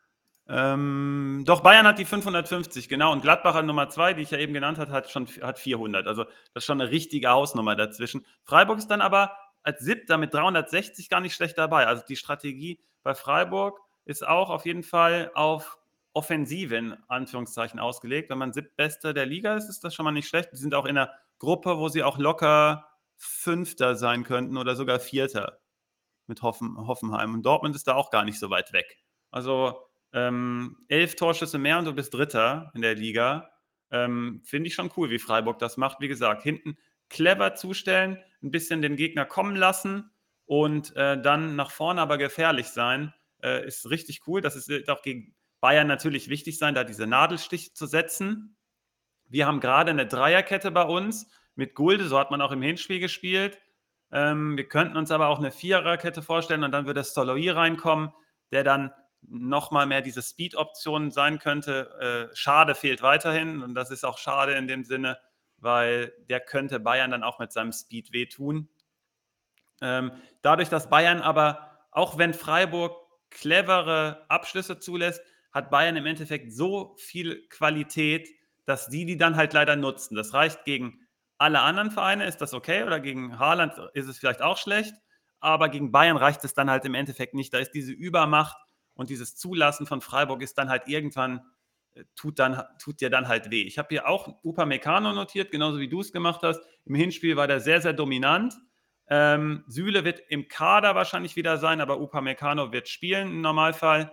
Doch, Bayern hat die 550, genau. Und Gladbach an Nummer 2, die ich ja eben genannt habe, hat 400. Also das ist schon eine richtige Hausnummer dazwischen. Freiburg ist dann aber als Siebter mit 360 gar nicht schlecht dabei. Also die Strategie bei Freiburg ist auch auf jeden Fall auf Offensive in Anführungszeichen ausgelegt. Wenn man Siebtbester der Liga ist, ist das schon mal nicht schlecht. Die sind auch in einer Gruppe, wo sie auch locker Fünfter sein könnten oder sogar Vierter mit Hoffenheim. Und Dortmund ist da auch gar nicht so weit weg. Also 11 Torschüsse mehr und du bist Dritter in der Liga. Finde ich schon cool, wie Freiburg das macht. Wie gesagt, hinten clever zustellen, ein bisschen den Gegner kommen lassen und dann nach vorne aber gefährlich sein, ist richtig cool. Das ist auch gegen Bayern natürlich wichtig sein, da diese Nadelstiche zu setzen. Wir haben gerade eine Dreierkette bei uns mit Gulde, so hat man auch im Hinspiel gespielt. Wir könnten uns aber auch eine Viererkette vorstellen und dann würde Stoloi reinkommen, der dann nochmal mehr diese Speed-Option sein könnte. Schade fehlt weiterhin und das ist auch schade in dem Sinne, weil der könnte Bayern dann auch mit seinem Speed wehtun. Dadurch, dass Bayern aber, auch wenn Freiburg clevere Abschlüsse zulässt, hat Bayern im Endeffekt so viel Qualität, dass die dann halt leider nutzen. Das reicht gegen alle anderen Vereine, ist das okay? Oder gegen Haaland ist es vielleicht auch schlecht? Aber gegen Bayern reicht es dann halt im Endeffekt nicht. Da ist diese Übermacht und dieses Zulassen von Freiburg ist dann halt irgendwann, tut dir dann halt weh. Ich habe hier auch Upamecano notiert, genauso wie du es gemacht hast. Im Hinspiel war der sehr, sehr dominant. Süle wird im Kader wahrscheinlich wieder sein, aber Upamecano wird spielen im Normalfall.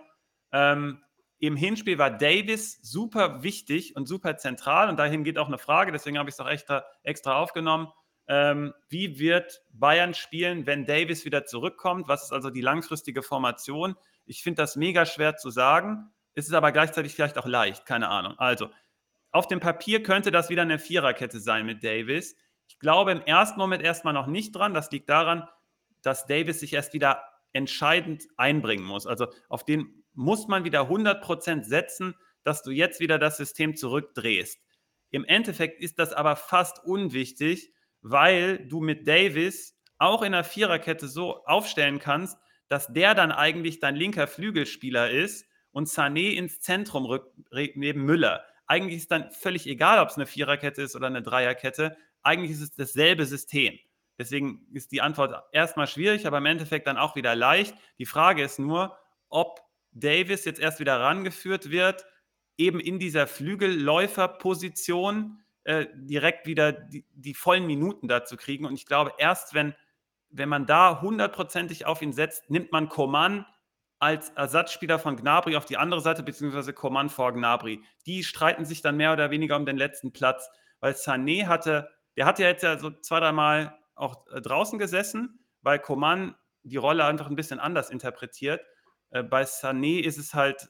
Im Hinspiel war Davis super wichtig und super zentral und dahin geht auch eine Frage, deswegen habe ich es auch extra aufgenommen. Wie wird Bayern spielen, wenn Davis wieder zurückkommt? Was ist also die langfristige Formation? Ich finde das mega schwer zu sagen. Es ist aber gleichzeitig vielleicht auch leicht, keine Ahnung. Also, auf dem Papier könnte das wieder eine Viererkette sein mit Davis. Ich glaube im ersten Moment erstmal noch nicht dran. Das liegt daran, dass Davis sich erst wieder entscheidend einbringen muss. Also auf den muss man wieder 100% setzen, dass du jetzt wieder das System zurückdrehst. Im Endeffekt ist das aber fast unwichtig, weil du mit Davis auch in der Viererkette so aufstellen kannst, dass der dann eigentlich dein linker Flügelspieler ist und Sané ins Zentrum rückt neben Müller. Eigentlich ist dann völlig egal, ob es eine Viererkette ist oder eine Dreierkette. Eigentlich ist es dasselbe System. Deswegen ist die Antwort erstmal schwierig, aber im Endeffekt dann auch wieder leicht. Die Frage ist nur, ob Davis jetzt erst wieder rangeführt wird, eben in dieser Flügelläuferposition direkt wieder die vollen Minuten dazu kriegen. Und ich glaube, erst wenn man da hundertprozentig auf ihn setzt, nimmt man Coman als Ersatzspieler von Gnabry auf die andere Seite, beziehungsweise Coman vor Gnabry. Die streiten sich dann mehr oder weniger um den letzten Platz, weil Sané der hat ja jetzt ja so 2, 3 Mal auch draußen gesessen, weil Coman die Rolle einfach ein bisschen anders interpretiert. Bei Sané ist es halt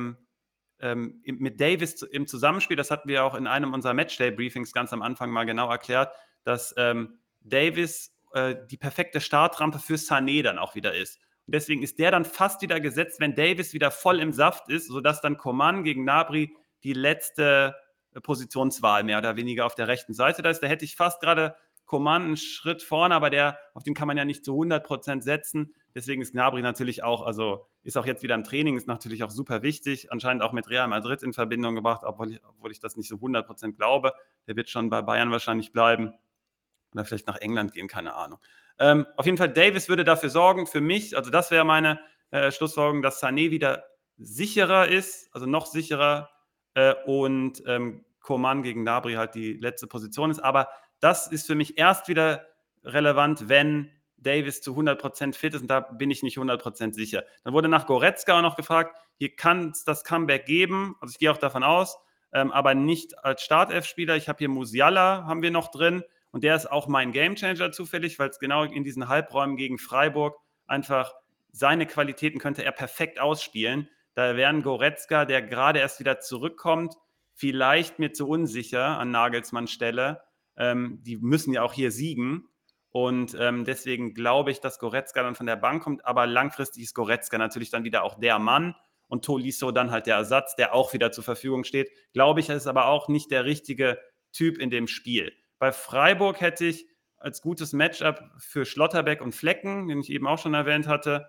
mit Davis im Zusammenspiel, das hatten wir auch in einem unserer Matchday-Briefings ganz am Anfang mal genau erklärt, dass Davis die perfekte Startrampe für Sané dann auch wieder ist. Und deswegen ist der dann fast wieder gesetzt, wenn Davis wieder voll im Saft ist, sodass dann Coman gegen Gnabry die letzte Positionswahl mehr oder weniger auf der rechten Seite da ist. Da hätte ich fast gerade Coman einen Schritt vorne, aber auf den kann man ja nicht zu 100% setzen. Deswegen ist Gnabry natürlich auch, also ist auch jetzt wieder im Training, ist natürlich auch super wichtig. Anscheinend auch mit Real Madrid in Verbindung gebracht, obwohl ich das nicht so 100% glaube. Der wird schon bei Bayern wahrscheinlich bleiben oder vielleicht nach England gehen, keine Ahnung. Auf jeden Fall, Davis würde dafür sorgen, für mich, also das wäre meine Schlussfolgerung, dass Sané wieder sicherer ist, also noch sicherer und Coman gegen Gnabry halt die letzte Position ist. Aber das ist für mich erst wieder relevant, wenn Davis zu 100% fit ist und da bin ich nicht 100% sicher. Dann wurde nach Goretzka auch noch gefragt, hier kann es das Comeback geben, also ich gehe auch davon aus, aber nicht als Startelf-Spieler. Ich habe hier Musiala, haben wir noch drin und der ist auch mein Gamechanger zufällig, weil es genau in diesen Halbräumen gegen Freiburg einfach seine Qualitäten könnte er perfekt ausspielen. Da wäre ein Goretzka, der gerade erst wieder zurückkommt, vielleicht mir zu unsicher an Nagelsmanns Stelle. Die müssen ja auch hier siegen. Und deswegen glaube ich, dass Goretzka dann von der Bank kommt, aber langfristig ist Goretzka natürlich dann wieder auch der Mann und Tolisso dann halt der Ersatz, der auch wieder zur Verfügung steht. Glaube ich, ist aber auch nicht der richtige Typ in dem Spiel. Bei Freiburg hätte ich als gutes Matchup für Schlotterbeck und Flecken, den ich eben auch schon erwähnt hatte.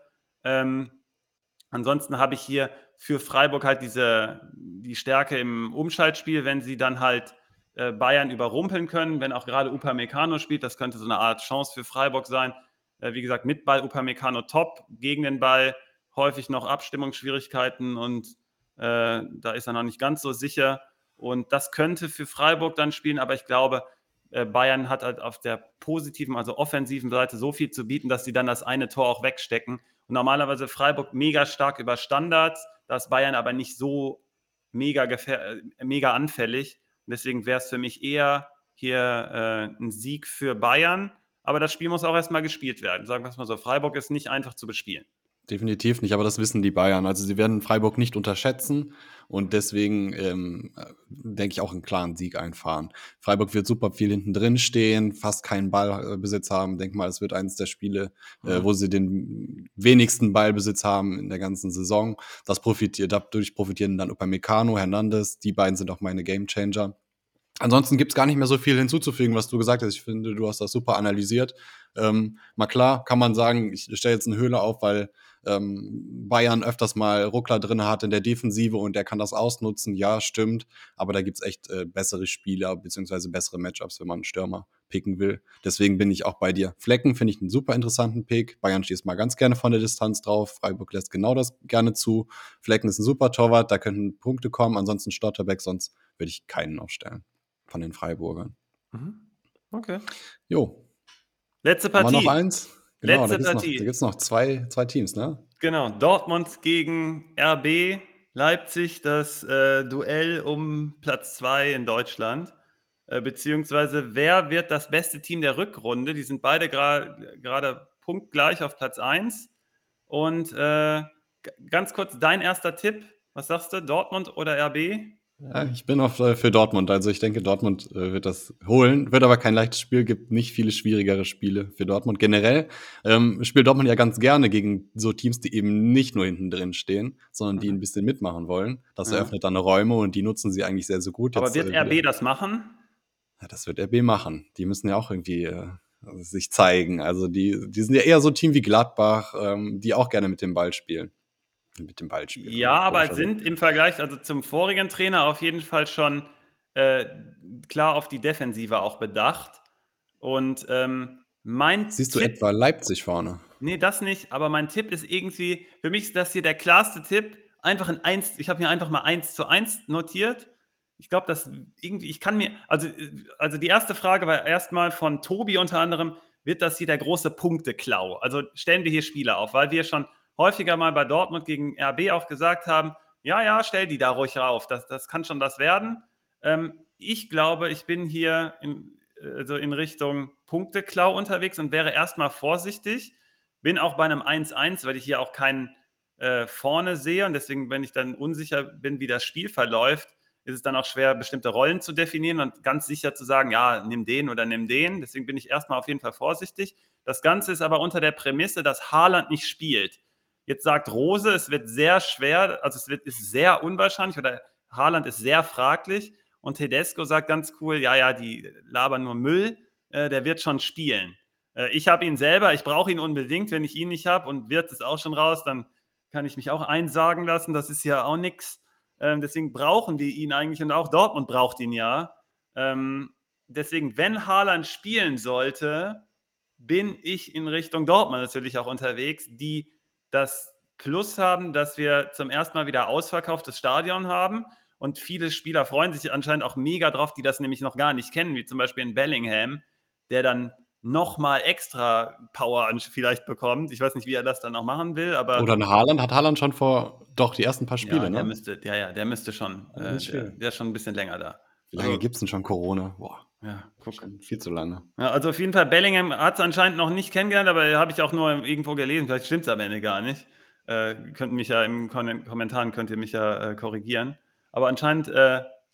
Ansonsten habe ich hier für Freiburg halt die Stärke im Umschaltspiel, wenn sie dann halt Bayern überrumpeln können, wenn auch gerade Upamecano spielt, das könnte so eine Art Chance für Freiburg sein. Wie gesagt, mit Ball Upamecano top, gegen den Ball häufig noch Abstimmungsschwierigkeiten und da ist er noch nicht ganz so sicher. Und das könnte für Freiburg dann spielen, aber ich glaube, Bayern hat halt auf der positiven, also offensiven Seite so viel zu bieten, dass sie dann das eine Tor auch wegstecken. Und normalerweise Freiburg mega stark über Standards, da ist Bayern aber nicht so mega anfällig. Und deswegen wäre es für mich eher hier ein Sieg für Bayern. Aber das Spiel muss auch erstmal gespielt werden. Sagen wir es mal so, Freiburg ist nicht einfach zu bespielen. Definitiv nicht, aber das wissen die Bayern. Also sie werden Freiburg nicht unterschätzen und deswegen denke ich auch einen klaren Sieg einfahren. Freiburg wird super viel hinten drin stehen, fast keinen Ballbesitz haben. Denk mal, es wird eines der Spiele, wo sie den wenigsten Ballbesitz haben in der ganzen Saison. Dadurch profitieren dann Upamecano, Hernandez. Die beiden sind auch meine Gamechanger. Ansonsten gibt's gar nicht mehr so viel hinzuzufügen, was du gesagt hast. Ich finde, du hast das super analysiert. Mal klar kann man sagen, ich stelle jetzt eine Höhle auf, weil Bayern öfters mal Ruckler drin hat in der Defensive und der kann das ausnutzen. Ja, stimmt. Aber da gibt's echt bessere Spieler beziehungsweise bessere Matchups, wenn man einen Stürmer picken will. Deswegen bin ich auch bei dir. Flecken finde ich einen super interessanten Pick. Bayern schießt mal ganz gerne von der Distanz drauf. Freiburg lässt genau das gerne zu. Flecken ist ein super Torwart, da könnten Punkte kommen. Ansonsten Stotterbeck, sonst würde ich keinen aufstellen von den Freiburgern. Okay. Jo. Letzte Haben wir noch Partie. eins? Genau, Letzte da Partie. gibt's noch zwei Teams, ne? Genau, Dortmund gegen RB Leipzig, das Duell um Platz 2 in Deutschland. Beziehungsweise, wer wird das beste Team der Rückrunde? Die sind beide gerade punktgleich auf Platz 1. Und ganz kurz, dein erster Tipp, was sagst du, Dortmund oder RB? Ja, ich bin auch für Dortmund. Also ich denke, Dortmund wird das holen. Wird aber kein leichtes Spiel. Gibt nicht viele schwierigere Spiele für Dortmund. Generell spielt Dortmund ja ganz gerne gegen so Teams, die eben nicht nur hinten drin stehen, sondern die ein bisschen mitmachen wollen. Das Ja. eröffnet dann Räume und die nutzen sie eigentlich sehr, sehr gut. Aber Jetzt wird RB das machen? ja, das wird RB machen. Die müssen ja auch irgendwie sich zeigen. Also die sind ja eher so ein Team wie Gladbach, die auch gerne mit dem Ball spielen. Mit dem Ball spielen. Ja, aber sind im Vergleich also zum vorigen Trainer auf jeden Fall schon klar auf die Defensive auch bedacht. Und mein Siehst du Tipp, etwa Leipzig vorne? nee, das nicht, aber mein Tipp ist irgendwie, für mich ist das hier der klarste Tipp, einfach ein 1, ich habe mir einfach mal 1:1 notiert. Ich glaube, dass irgendwie, ich kann mir, also die erste Frage war erstmal von Tobi unter anderem, wird das hier der große Punkteklau? Also stellen wir hier Spieler auf, weil wir schon häufiger mal bei Dortmund gegen RB auch gesagt haben, ja, ja, stell die da ruhig rauf, das kann schon das werden. Ich glaube, ich bin hier in Richtung Punkteklau unterwegs und wäre erstmal vorsichtig. Bin auch bei einem 1:1, weil ich hier auch keinen vorne sehe und deswegen, wenn ich dann unsicher bin, wie das Spiel verläuft, ist es dann auch schwer, bestimmte Rollen zu definieren und ganz sicher zu sagen, ja, nimm den oder nimm den. Deswegen bin ich erstmal auf jeden Fall vorsichtig. Das Ganze ist aber unter der Prämisse, dass Haaland nicht spielt. Jetzt sagt Rose, es wird sehr schwer, also ist sehr unwahrscheinlich oder Haaland ist sehr fraglich. Und Tedesco sagt ganz cool, ja, ja, die labern nur Müll, der wird schon spielen. Ich habe ihn selber, ich brauche ihn unbedingt, wenn ich ihn nicht habe und wird es auch schon raus, dann kann ich mich auch einsagen lassen, das ist ja auch nichts. Deswegen brauchen die ihn eigentlich und auch Dortmund braucht ihn ja. Deswegen, wenn Haaland spielen sollte, bin ich in Richtung Dortmund natürlich auch unterwegs, die das Plus haben, dass wir zum ersten Mal wieder ausverkauftes Stadion haben und viele Spieler freuen sich anscheinend auch mega drauf, die das nämlich noch gar nicht kennen, wie zum Beispiel in Bellingham, der dann nochmal extra Power vielleicht bekommt. Ich weiß nicht, wie er das dann auch machen will, aber Oder ein Haaland? Hat Haaland schon die ersten paar Spiele, ja, der ne? müsste schon, Nicht viel. der ist schon ein bisschen länger da. Wie lange Also, gibt's denn schon Corona? Boah, ja, guck. schon viel zu lange. Ja, also auf jeden Fall, Bellingham hat es anscheinend noch nicht kennengelernt, aber habe ich auch nur irgendwo gelesen. Vielleicht stimmt es am Ende gar nicht. Könnt mich ja in den Kommentaren könnt ihr mich ja korrigieren. Aber anscheinend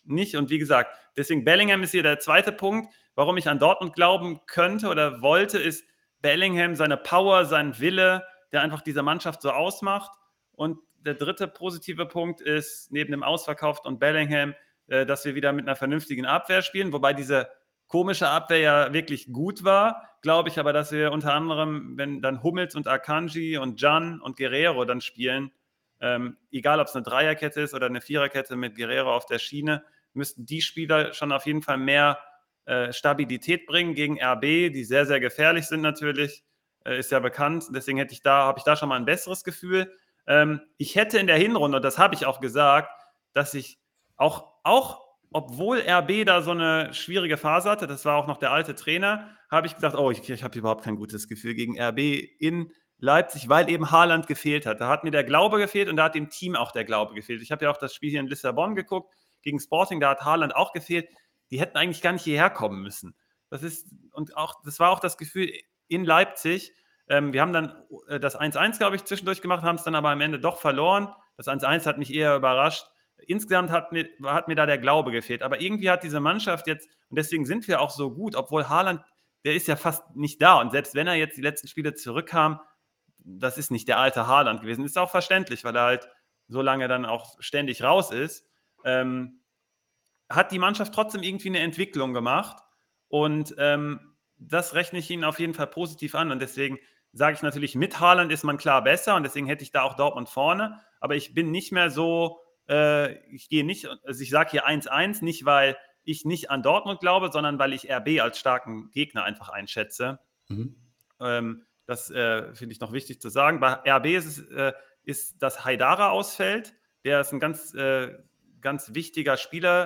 nicht. Und wie gesagt, deswegen Bellingham ist hier der zweite Punkt, warum ich an Dortmund glauben könnte oder wollte, ist Bellingham, seine Power, sein Wille, der einfach diese Mannschaft so ausmacht. Und der dritte positive Punkt ist, neben dem Ausverkauf und Bellingham, dass wir wieder mit einer vernünftigen Abwehr spielen, wobei diese komische Abwehr ja wirklich gut war, glaube ich aber, dass wir unter anderem, wenn dann Hummels und Akanji und Can und Guerrero dann spielen, egal ob es eine Dreierkette ist oder eine Viererkette mit Guerrero auf der Schiene, müssten die Spieler schon auf jeden Fall mehr Stabilität bringen gegen RB, die sehr, sehr gefährlich sind natürlich, ist ja bekannt. Deswegen habe ich da schon mal ein besseres Gefühl. Ich hätte in der Hinrunde, und das habe ich auch gesagt, dass ich auch obwohl RB da so eine schwierige Phase hatte, das war auch noch der alte Trainer, habe ich gedacht, oh, ich habe überhaupt kein gutes Gefühl gegen RB in Leipzig, weil eben Haaland gefehlt hat. Da hat mir der Glaube gefehlt und da hat dem Team auch der Glaube gefehlt. Ich habe ja auch das Spiel hier in Lissabon geguckt, gegen Sporting, da hat Haaland auch gefehlt. Die hätten eigentlich gar nicht hierher kommen müssen. Das war auch das Gefühl in Leipzig. Wir haben dann das 1-1, glaube ich, zwischendurch gemacht, haben es dann aber am Ende doch verloren. Das 1-1 hat mich eher überrascht. Insgesamt hat mir da der Glaube gefehlt. Aber irgendwie hat diese Mannschaft jetzt, und deswegen sind wir auch so gut, obwohl Haaland, der ist ja fast nicht da. Und selbst wenn er jetzt die letzten Spiele zurückkam, das ist nicht der alte Haaland gewesen. Ist auch verständlich, weil er halt so lange dann auch ständig raus ist. Hat die Mannschaft trotzdem irgendwie eine Entwicklung gemacht. Und das rechne ich ihnen auf jeden Fall positiv an. Und deswegen sage ich natürlich, mit Haaland ist man klar besser. Und deswegen hätte ich da auch Dortmund vorne. Aber ich bin nicht mehr so, ich sage hier 1-1, nicht weil ich nicht an Dortmund glaube, sondern weil ich RB als starken Gegner einfach einschätze. Das finde ich noch wichtig zu sagen. Bei RB ist dass Haidara ausfällt. Der ist ein ganz wichtiger Spieler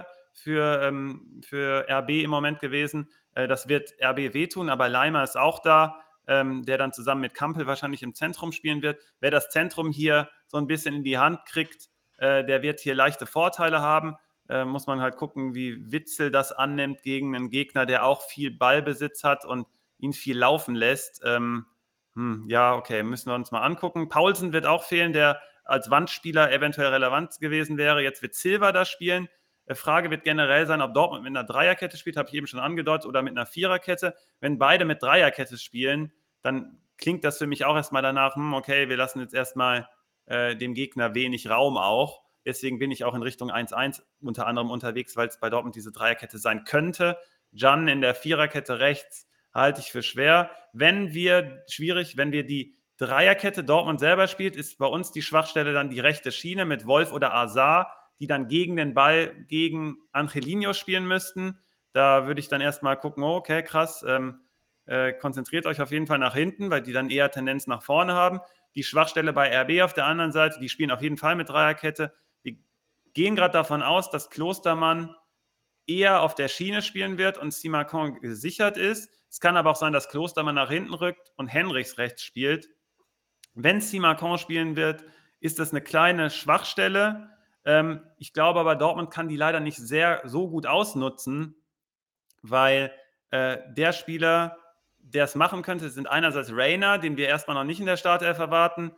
für RB im Moment gewesen. Das wird RB wehtun, aber Leimer ist auch da, der dann zusammen mit Kampel wahrscheinlich im Zentrum spielen wird. Wer das Zentrum hier so ein bisschen in die Hand kriegt, der wird hier leichte Vorteile haben. Muss man halt gucken, wie Witzel das annimmt gegen einen Gegner, der auch viel Ballbesitz hat und ihn viel laufen lässt. Ja, okay, müssen wir uns mal angucken. Paulsen wird auch fehlen, der als Wandspieler eventuell relevant gewesen wäre. Jetzt wird Silva da spielen. Frage wird generell sein, ob Dortmund mit einer Dreierkette spielt, habe ich eben schon angedeutet, oder mit einer Viererkette. Wenn beide mit Dreierkette spielen, dann klingt das für mich auch erstmal danach, okay, wir lassen jetzt erstmal dem Gegner wenig Raum auch. Deswegen bin ich auch in Richtung 1-1 unter anderem unterwegs, weil es bei Dortmund diese Dreierkette sein könnte. Can in der Viererkette rechts halte ich für schwer. Wenn wir die Dreierkette Dortmund selber spielt, ist bei uns die Schwachstelle dann die rechte Schiene mit Wolf oder Azar, die dann gegen den Ball gegen Angelino spielen müssten. Da würde ich dann erstmal gucken, okay, krass, konzentriert euch auf jeden Fall nach hinten, weil die dann eher Tendenz nach vorne haben. Die Schwachstelle bei RB auf der anderen Seite, die spielen auf jeden Fall mit Dreierkette. Wir gehen gerade davon aus, dass Klostermann eher auf der Schiene spielen wird und Simakon gesichert ist. Es kann aber auch sein, dass Klostermann nach hinten rückt und Henrichs rechts spielt. Wenn Simakon spielen wird, ist das eine kleine Schwachstelle. Ich glaube aber, Dortmund kann die leider nicht so gut ausnutzen, weil der Spieler, der es machen könnte, sind einerseits Reina, den wir erstmal noch nicht in der Startelf erwarten,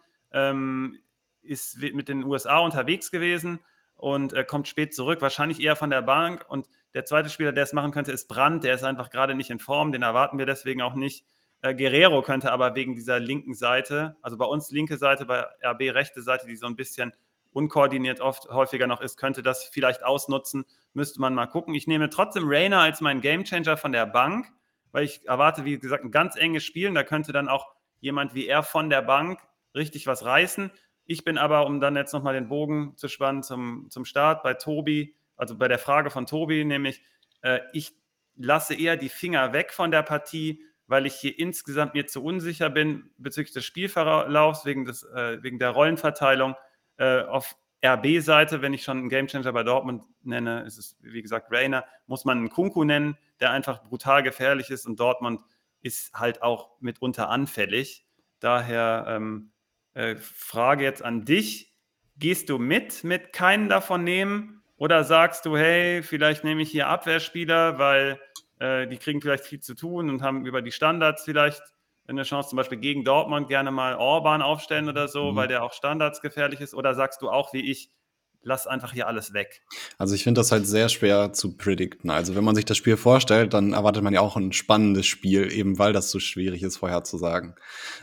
ist mit den USA unterwegs gewesen und kommt spät zurück, wahrscheinlich eher von der Bank. Und der zweite Spieler, der es machen könnte, ist Brandt. Der ist einfach gerade nicht in Form, den erwarten wir deswegen auch nicht. Guerrero könnte aber wegen dieser linken Seite, also bei uns linke Seite, bei RB rechte Seite, die so ein bisschen unkoordiniert häufiger noch ist, könnte das vielleicht ausnutzen. Müsste man mal gucken. Ich nehme trotzdem Reina als meinen Gamechanger von der Bank, weil ich erwarte, wie gesagt, ein ganz enges Spiel. Und da könnte dann auch jemand wie er von der Bank richtig was reißen. Ich bin aber, um dann jetzt nochmal den Bogen zu spannen zum Start, bei Tobi, also bei der Frage von Tobi, nämlich ich lasse eher die Finger weg von der Partie, weil ich hier insgesamt mir zu unsicher bin bezüglich des Spielverlaufs, wegen der Rollenverteilung. Auf RB-Seite, wenn ich schon einen Gamechanger bei Dortmund nenne, ist es, wie gesagt, Reina, muss man einen Kunku nennen, der einfach brutal gefährlich ist und Dortmund ist halt auch mitunter anfällig. Daher Frage jetzt an dich, gehst du mit keinen davon nehmen oder sagst du, hey, vielleicht nehme ich hier Abwehrspieler, weil die kriegen vielleicht viel zu tun und haben über die Standards vielleicht eine Chance, zum Beispiel gegen Dortmund gerne mal Orban aufstellen oder so, weil der auch Standards gefährlich ist? Oder sagst du auch wie ich, lass einfach hier alles weg. Also ich finde das halt sehr schwer zu predikten. Also wenn man sich das Spiel vorstellt, dann erwartet man ja auch ein spannendes Spiel, eben weil das so schwierig ist, vorherzusagen.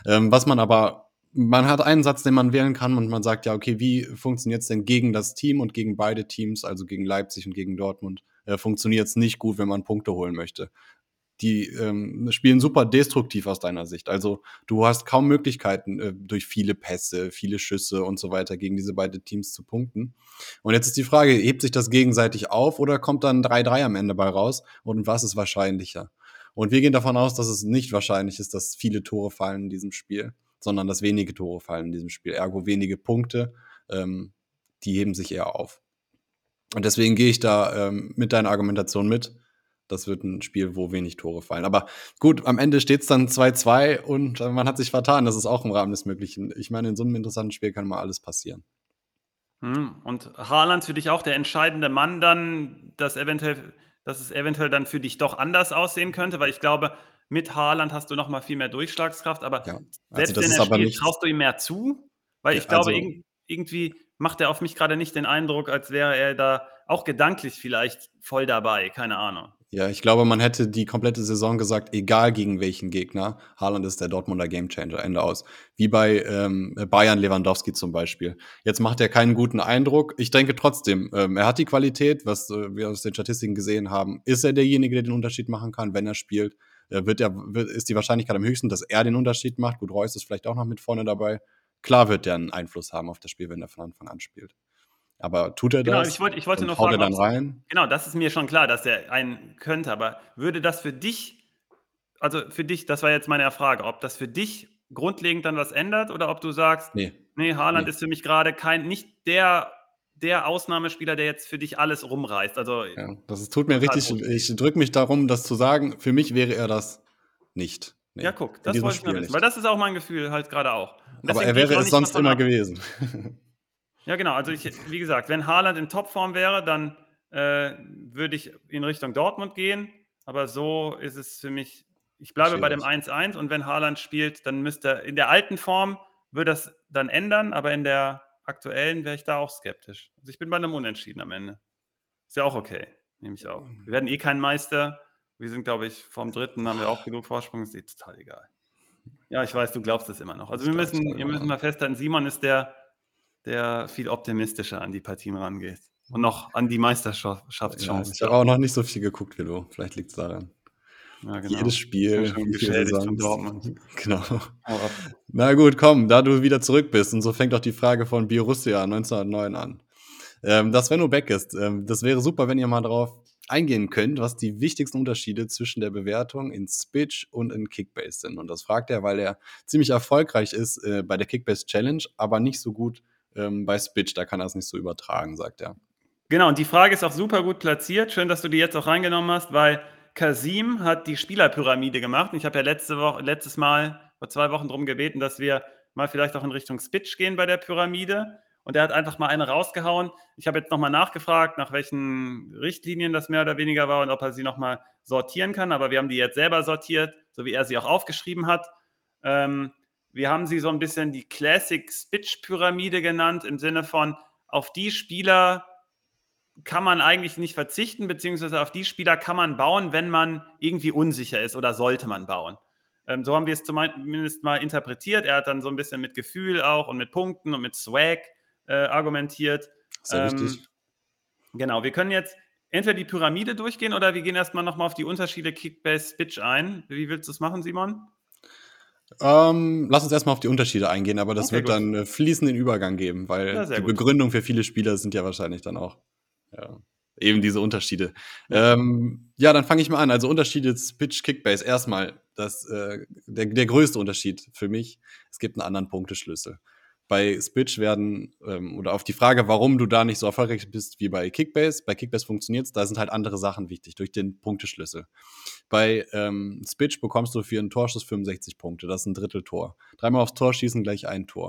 Man hat einen Satz, den man wählen kann und man sagt ja, okay, wie funktioniert es denn gegen das Team und gegen beide Teams, also gegen Leipzig und gegen Dortmund, funktioniert es nicht gut, wenn man Punkte holen möchte. Die spielen super destruktiv aus deiner Sicht. Also du hast kaum Möglichkeiten, durch viele Pässe, viele Schüsse und so weiter gegen diese beiden Teams zu punkten. Und jetzt ist die Frage, hebt sich das gegenseitig auf oder kommt dann 3-3 am Ende bei raus? Und was ist wahrscheinlicher? Und wir gehen davon aus, dass es nicht wahrscheinlich ist, dass viele Tore fallen in diesem Spiel, sondern dass wenige Tore fallen in diesem Spiel. Ergo wenige Punkte, die heben sich eher auf. Und deswegen gehe ich da mit deiner Argumentation mit. Das wird ein Spiel, wo wenig Tore fallen. Aber gut, am Ende steht es dann 2-2 und man hat sich vertan. Das ist auch im Rahmen des Möglichen. Ich meine, in so einem interessanten Spiel kann mal alles passieren. Und Haaland für dich auch der entscheidende Mann dann, dass es eventuell dann für dich doch anders aussehen könnte? Weil ich glaube, mit Haaland hast du noch mal viel mehr Durchschlagskraft, aber Ja, also selbst das wenn ist er aber spielt, nicht, traust du ihm mehr zu? Weil ja, ich glaube, also irgendwie macht er auf mich gerade nicht den Eindruck, als wäre er da auch gedanklich vielleicht voll dabei, keine Ahnung. ja, ich glaube, man hätte die komplette Saison gesagt, egal gegen welchen Gegner, Haaland ist der Dortmunder Gamechanger, Ende aus. Wie bei Bayern Lewandowski zum Beispiel. Jetzt macht er keinen guten Eindruck. Ich denke trotzdem, er hat die Qualität, was wir aus den Statistiken gesehen haben. Ist er derjenige, der den Unterschied machen kann, wenn er spielt? Ist die Wahrscheinlichkeit am höchsten, dass er den Unterschied macht? Gut, Reus ist vielleicht auch noch mit vorne dabei. Klar wird der einen Einfluss haben auf das Spiel, wenn er von Anfang an spielt. Aber tut er Genau, das ich wollte nur und haut er fragen, dann ob's rein? genau, das ist mir schon klar, dass er einen könnte, aber würde das für dich also, für dich das war jetzt meine Frage, ob das für dich grundlegend dann was ändert oder ob du sagst: Nee, „Ne, Haaland nee. ist für mich grade nicht der Ausnahmespieler, der jetzt für dich alles rumreißt.“ Also, Ja, tut mir total richtig, positiv. ich drücke mich darum, das zu sagen. Für mich wäre er das nicht. Ja, Ne, guck, in das diesem wollte ich nur Spiel wissen, weil nicht. das ist auch mein Gefühl halt grade auch. Und Aber deswegen er gehe ich wäre auch es nicht sonst davon immer ab. gewesen. Ja, genau, also wie gesagt, wenn Haaland in Topform wäre, dann, würde ich in Richtung Dortmund gehen, aber so ist es für mich ich bleibe bei dem Schwierig. 1:1 und wenn Haaland spielt, dann müsste in der alten Form würde das dann ändern, aber in der aktuellen wäre ich da auch skeptisch. Also, ich bin bei 'nem Unentschieden am Ende. Ist ja auch okay, nehme ich auch. Wir werden eh kein Meister. Wir sind, glaube ich, vorm 3., haben wir auch genug Vorsprung, ist eh total egal. Ja, ich weiß, du glaubst das immer noch. Also, Ich glaube es auch wir immer müssen noch. mal festhalten, Simon ist der viel optimistischer an die Partien rangeht und noch an die Ja, Meisterschaftschance ich habe auch glaubt. noch nicht so viel geguckt wie du. Vielleicht liegt's daran. Ja, Jedes genau. Ich bin Spiel, schon wie viel geschädigt von Saisons. Dortmund. Genau. Hau ab. Na gut, komm, da du wieder zurück bist und so fängt auch die Frage von Borussia 1909 an. Dass Svenno Beck ist, das wäre super, wenn ihr mal drauf eingehen könnt, was die wichtigsten Unterschiede zwischen der Bewertung in Spitch und in Kickbase sind. Und das fragt er, weil er ziemlich erfolgreich ist bei der Kickbase Challenge, aber nicht so gut bei Spitch. Da kann er es nicht so übertragen, sagt er. Genau, und die Frage ist auch super gut platziert. Schön, dass du die jetzt auch reingenommen hast, weil Kasim hat die Spielerpyramide gemacht. Und ich habe ja letztes Mal vor 2 Wochen drum gebeten, dass wir mal vielleicht auch in Richtung Spitch gehen bei der Pyramide. Und er hat einfach mal eine rausgehauen. Ich habe jetzt noch mal nachgefragt, nach welchen Richtlinien das mehr oder weniger war und ob er sie noch mal sortieren kann. Aber wir haben die jetzt selber sortiert, so wie er sie auch aufgeschrieben hat. Ähm, wir haben sie so ein bisschen die Classic Spitch-Pyramide genannt, im Sinne von, auf die Spieler kann man eigentlich nicht verzichten, beziehungsweise auf die Spieler kann man bauen, wenn man irgendwie unsicher ist oder sollte man bauen. So haben wir es zumindest mal interpretiert. Er hat dann so ein bisschen mit Gefühl auch und mit Punkten und mit Swag argumentiert. Sehr Ähm, wichtig. genau, wir können jetzt entweder die Pyramide durchgehen oder wir gehen erstmal nochmal auf die Unterschiede Kickbase, Spitch ein. Wie willst du es machen, Simon? Lass uns erstmal auf die Unterschiede eingehen, aber das Okay, wird gut. dann fließenden Übergang geben, weil Ja, sehr die gut. Begründung für viele Spieler sind ja wahrscheinlich dann auch ja, eben diese Unterschiede. Ja. Ja, dann fange ich mal an. Also Unterschiede Pitch, Kickbase. Erstmal der größte Unterschied für mich, es gibt einen anderen Punkteschlüssel. Bei Spitch werden, oder auf die Frage, warum du da nicht so erfolgreich bist wie bei Kickbase funktioniert's, da sind halt andere Sachen wichtig, durch den Punkteschlüssel. Bei Spitch bekommst du für einen Torschuss 65 Punkte. Das ist ein Dritteltor. Dreimal aufs Tor schießen gleich ein Tor.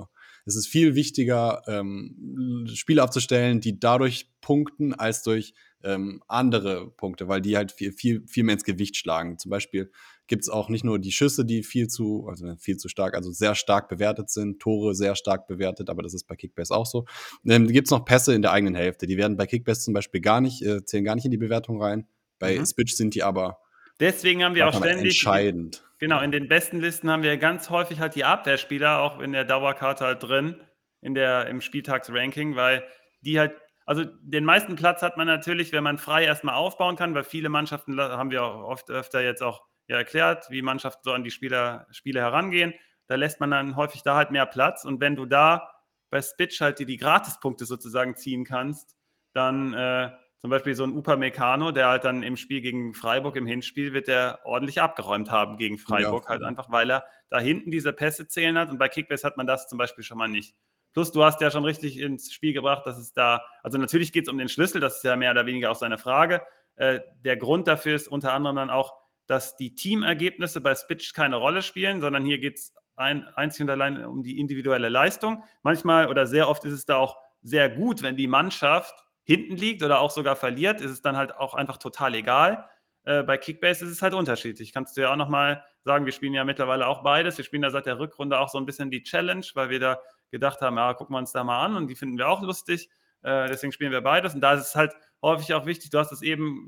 Es ist viel wichtiger, Spiele aufzustellen, die dadurch punkten, als durch andere Punkte, weil die halt viel mehr ins Gewicht schlagen. Zum Beispiel gibt es auch nicht nur die Schüsse, die viel zu stark, also sehr stark bewertet sind, Tore sehr stark bewertet, aber das ist bei Kickbase auch so. Gibt es noch Pässe in der eigenen Hälfte, die werden bei Kickbase zum Beispiel zählen gar nicht in die Bewertung rein. Bei Mhm. Switch sind die aber, Deswegen haben wir auch sagen wir mal, ständig, entscheidend. genau, in den besten Listen haben wir ganz häufig halt die Abwehrspieler auch in der Dauerkarte halt drin, im Spieltagsranking, weil die halt, also den meisten Platz hat man natürlich, wenn man frei erstmal aufbauen kann, weil viele Mannschaften, haben wir auch oft öfter jetzt auch ja erklärt, wie Mannschaften so an die Spiele herangehen. Da lässt man dann häufig da halt mehr Platz. Und wenn du da bei Spitch halt die Gratispunkte sozusagen ziehen kannst, dann zum Beispiel so ein Upamecano, der halt dann im Spiel gegen Freiburg im Hinspiel wird der ordentlich abgeräumt haben gegen Ja, Freiburg, halt einfach, weil er da hinten diese Pässe zählen hat und bei Kickbase hat man das zum Beispiel schon mal nicht. Plus, du hast ja schon richtig ins Spiel gebracht, dass es da, also natürlich geht es um den Schlüssel, das ist ja mehr oder weniger auch seine Frage. Der Grund dafür ist unter anderem dann auch, dass die Teamergebnisse bei Spitch keine Rolle spielen, sondern hier geht es einzig und allein um die individuelle Leistung. Manchmal oder sehr oft ist es da auch sehr gut, wenn die Mannschaft hinten liegt oder auch sogar verliert, ist es dann halt auch einfach total egal. Bei Kickbase ist es halt unterschiedlich. Kannst du ja auch nochmal sagen, wir spielen ja mittlerweile auch beides. Wir spielen da seit der Rückrunde auch so ein bisschen die Challenge, weil wir da gedacht haben, ja, gucken wir uns da mal an und die finden wir auch lustig. Deswegen spielen wir beides. Und da ist es halt häufig auch wichtig, du hast es eben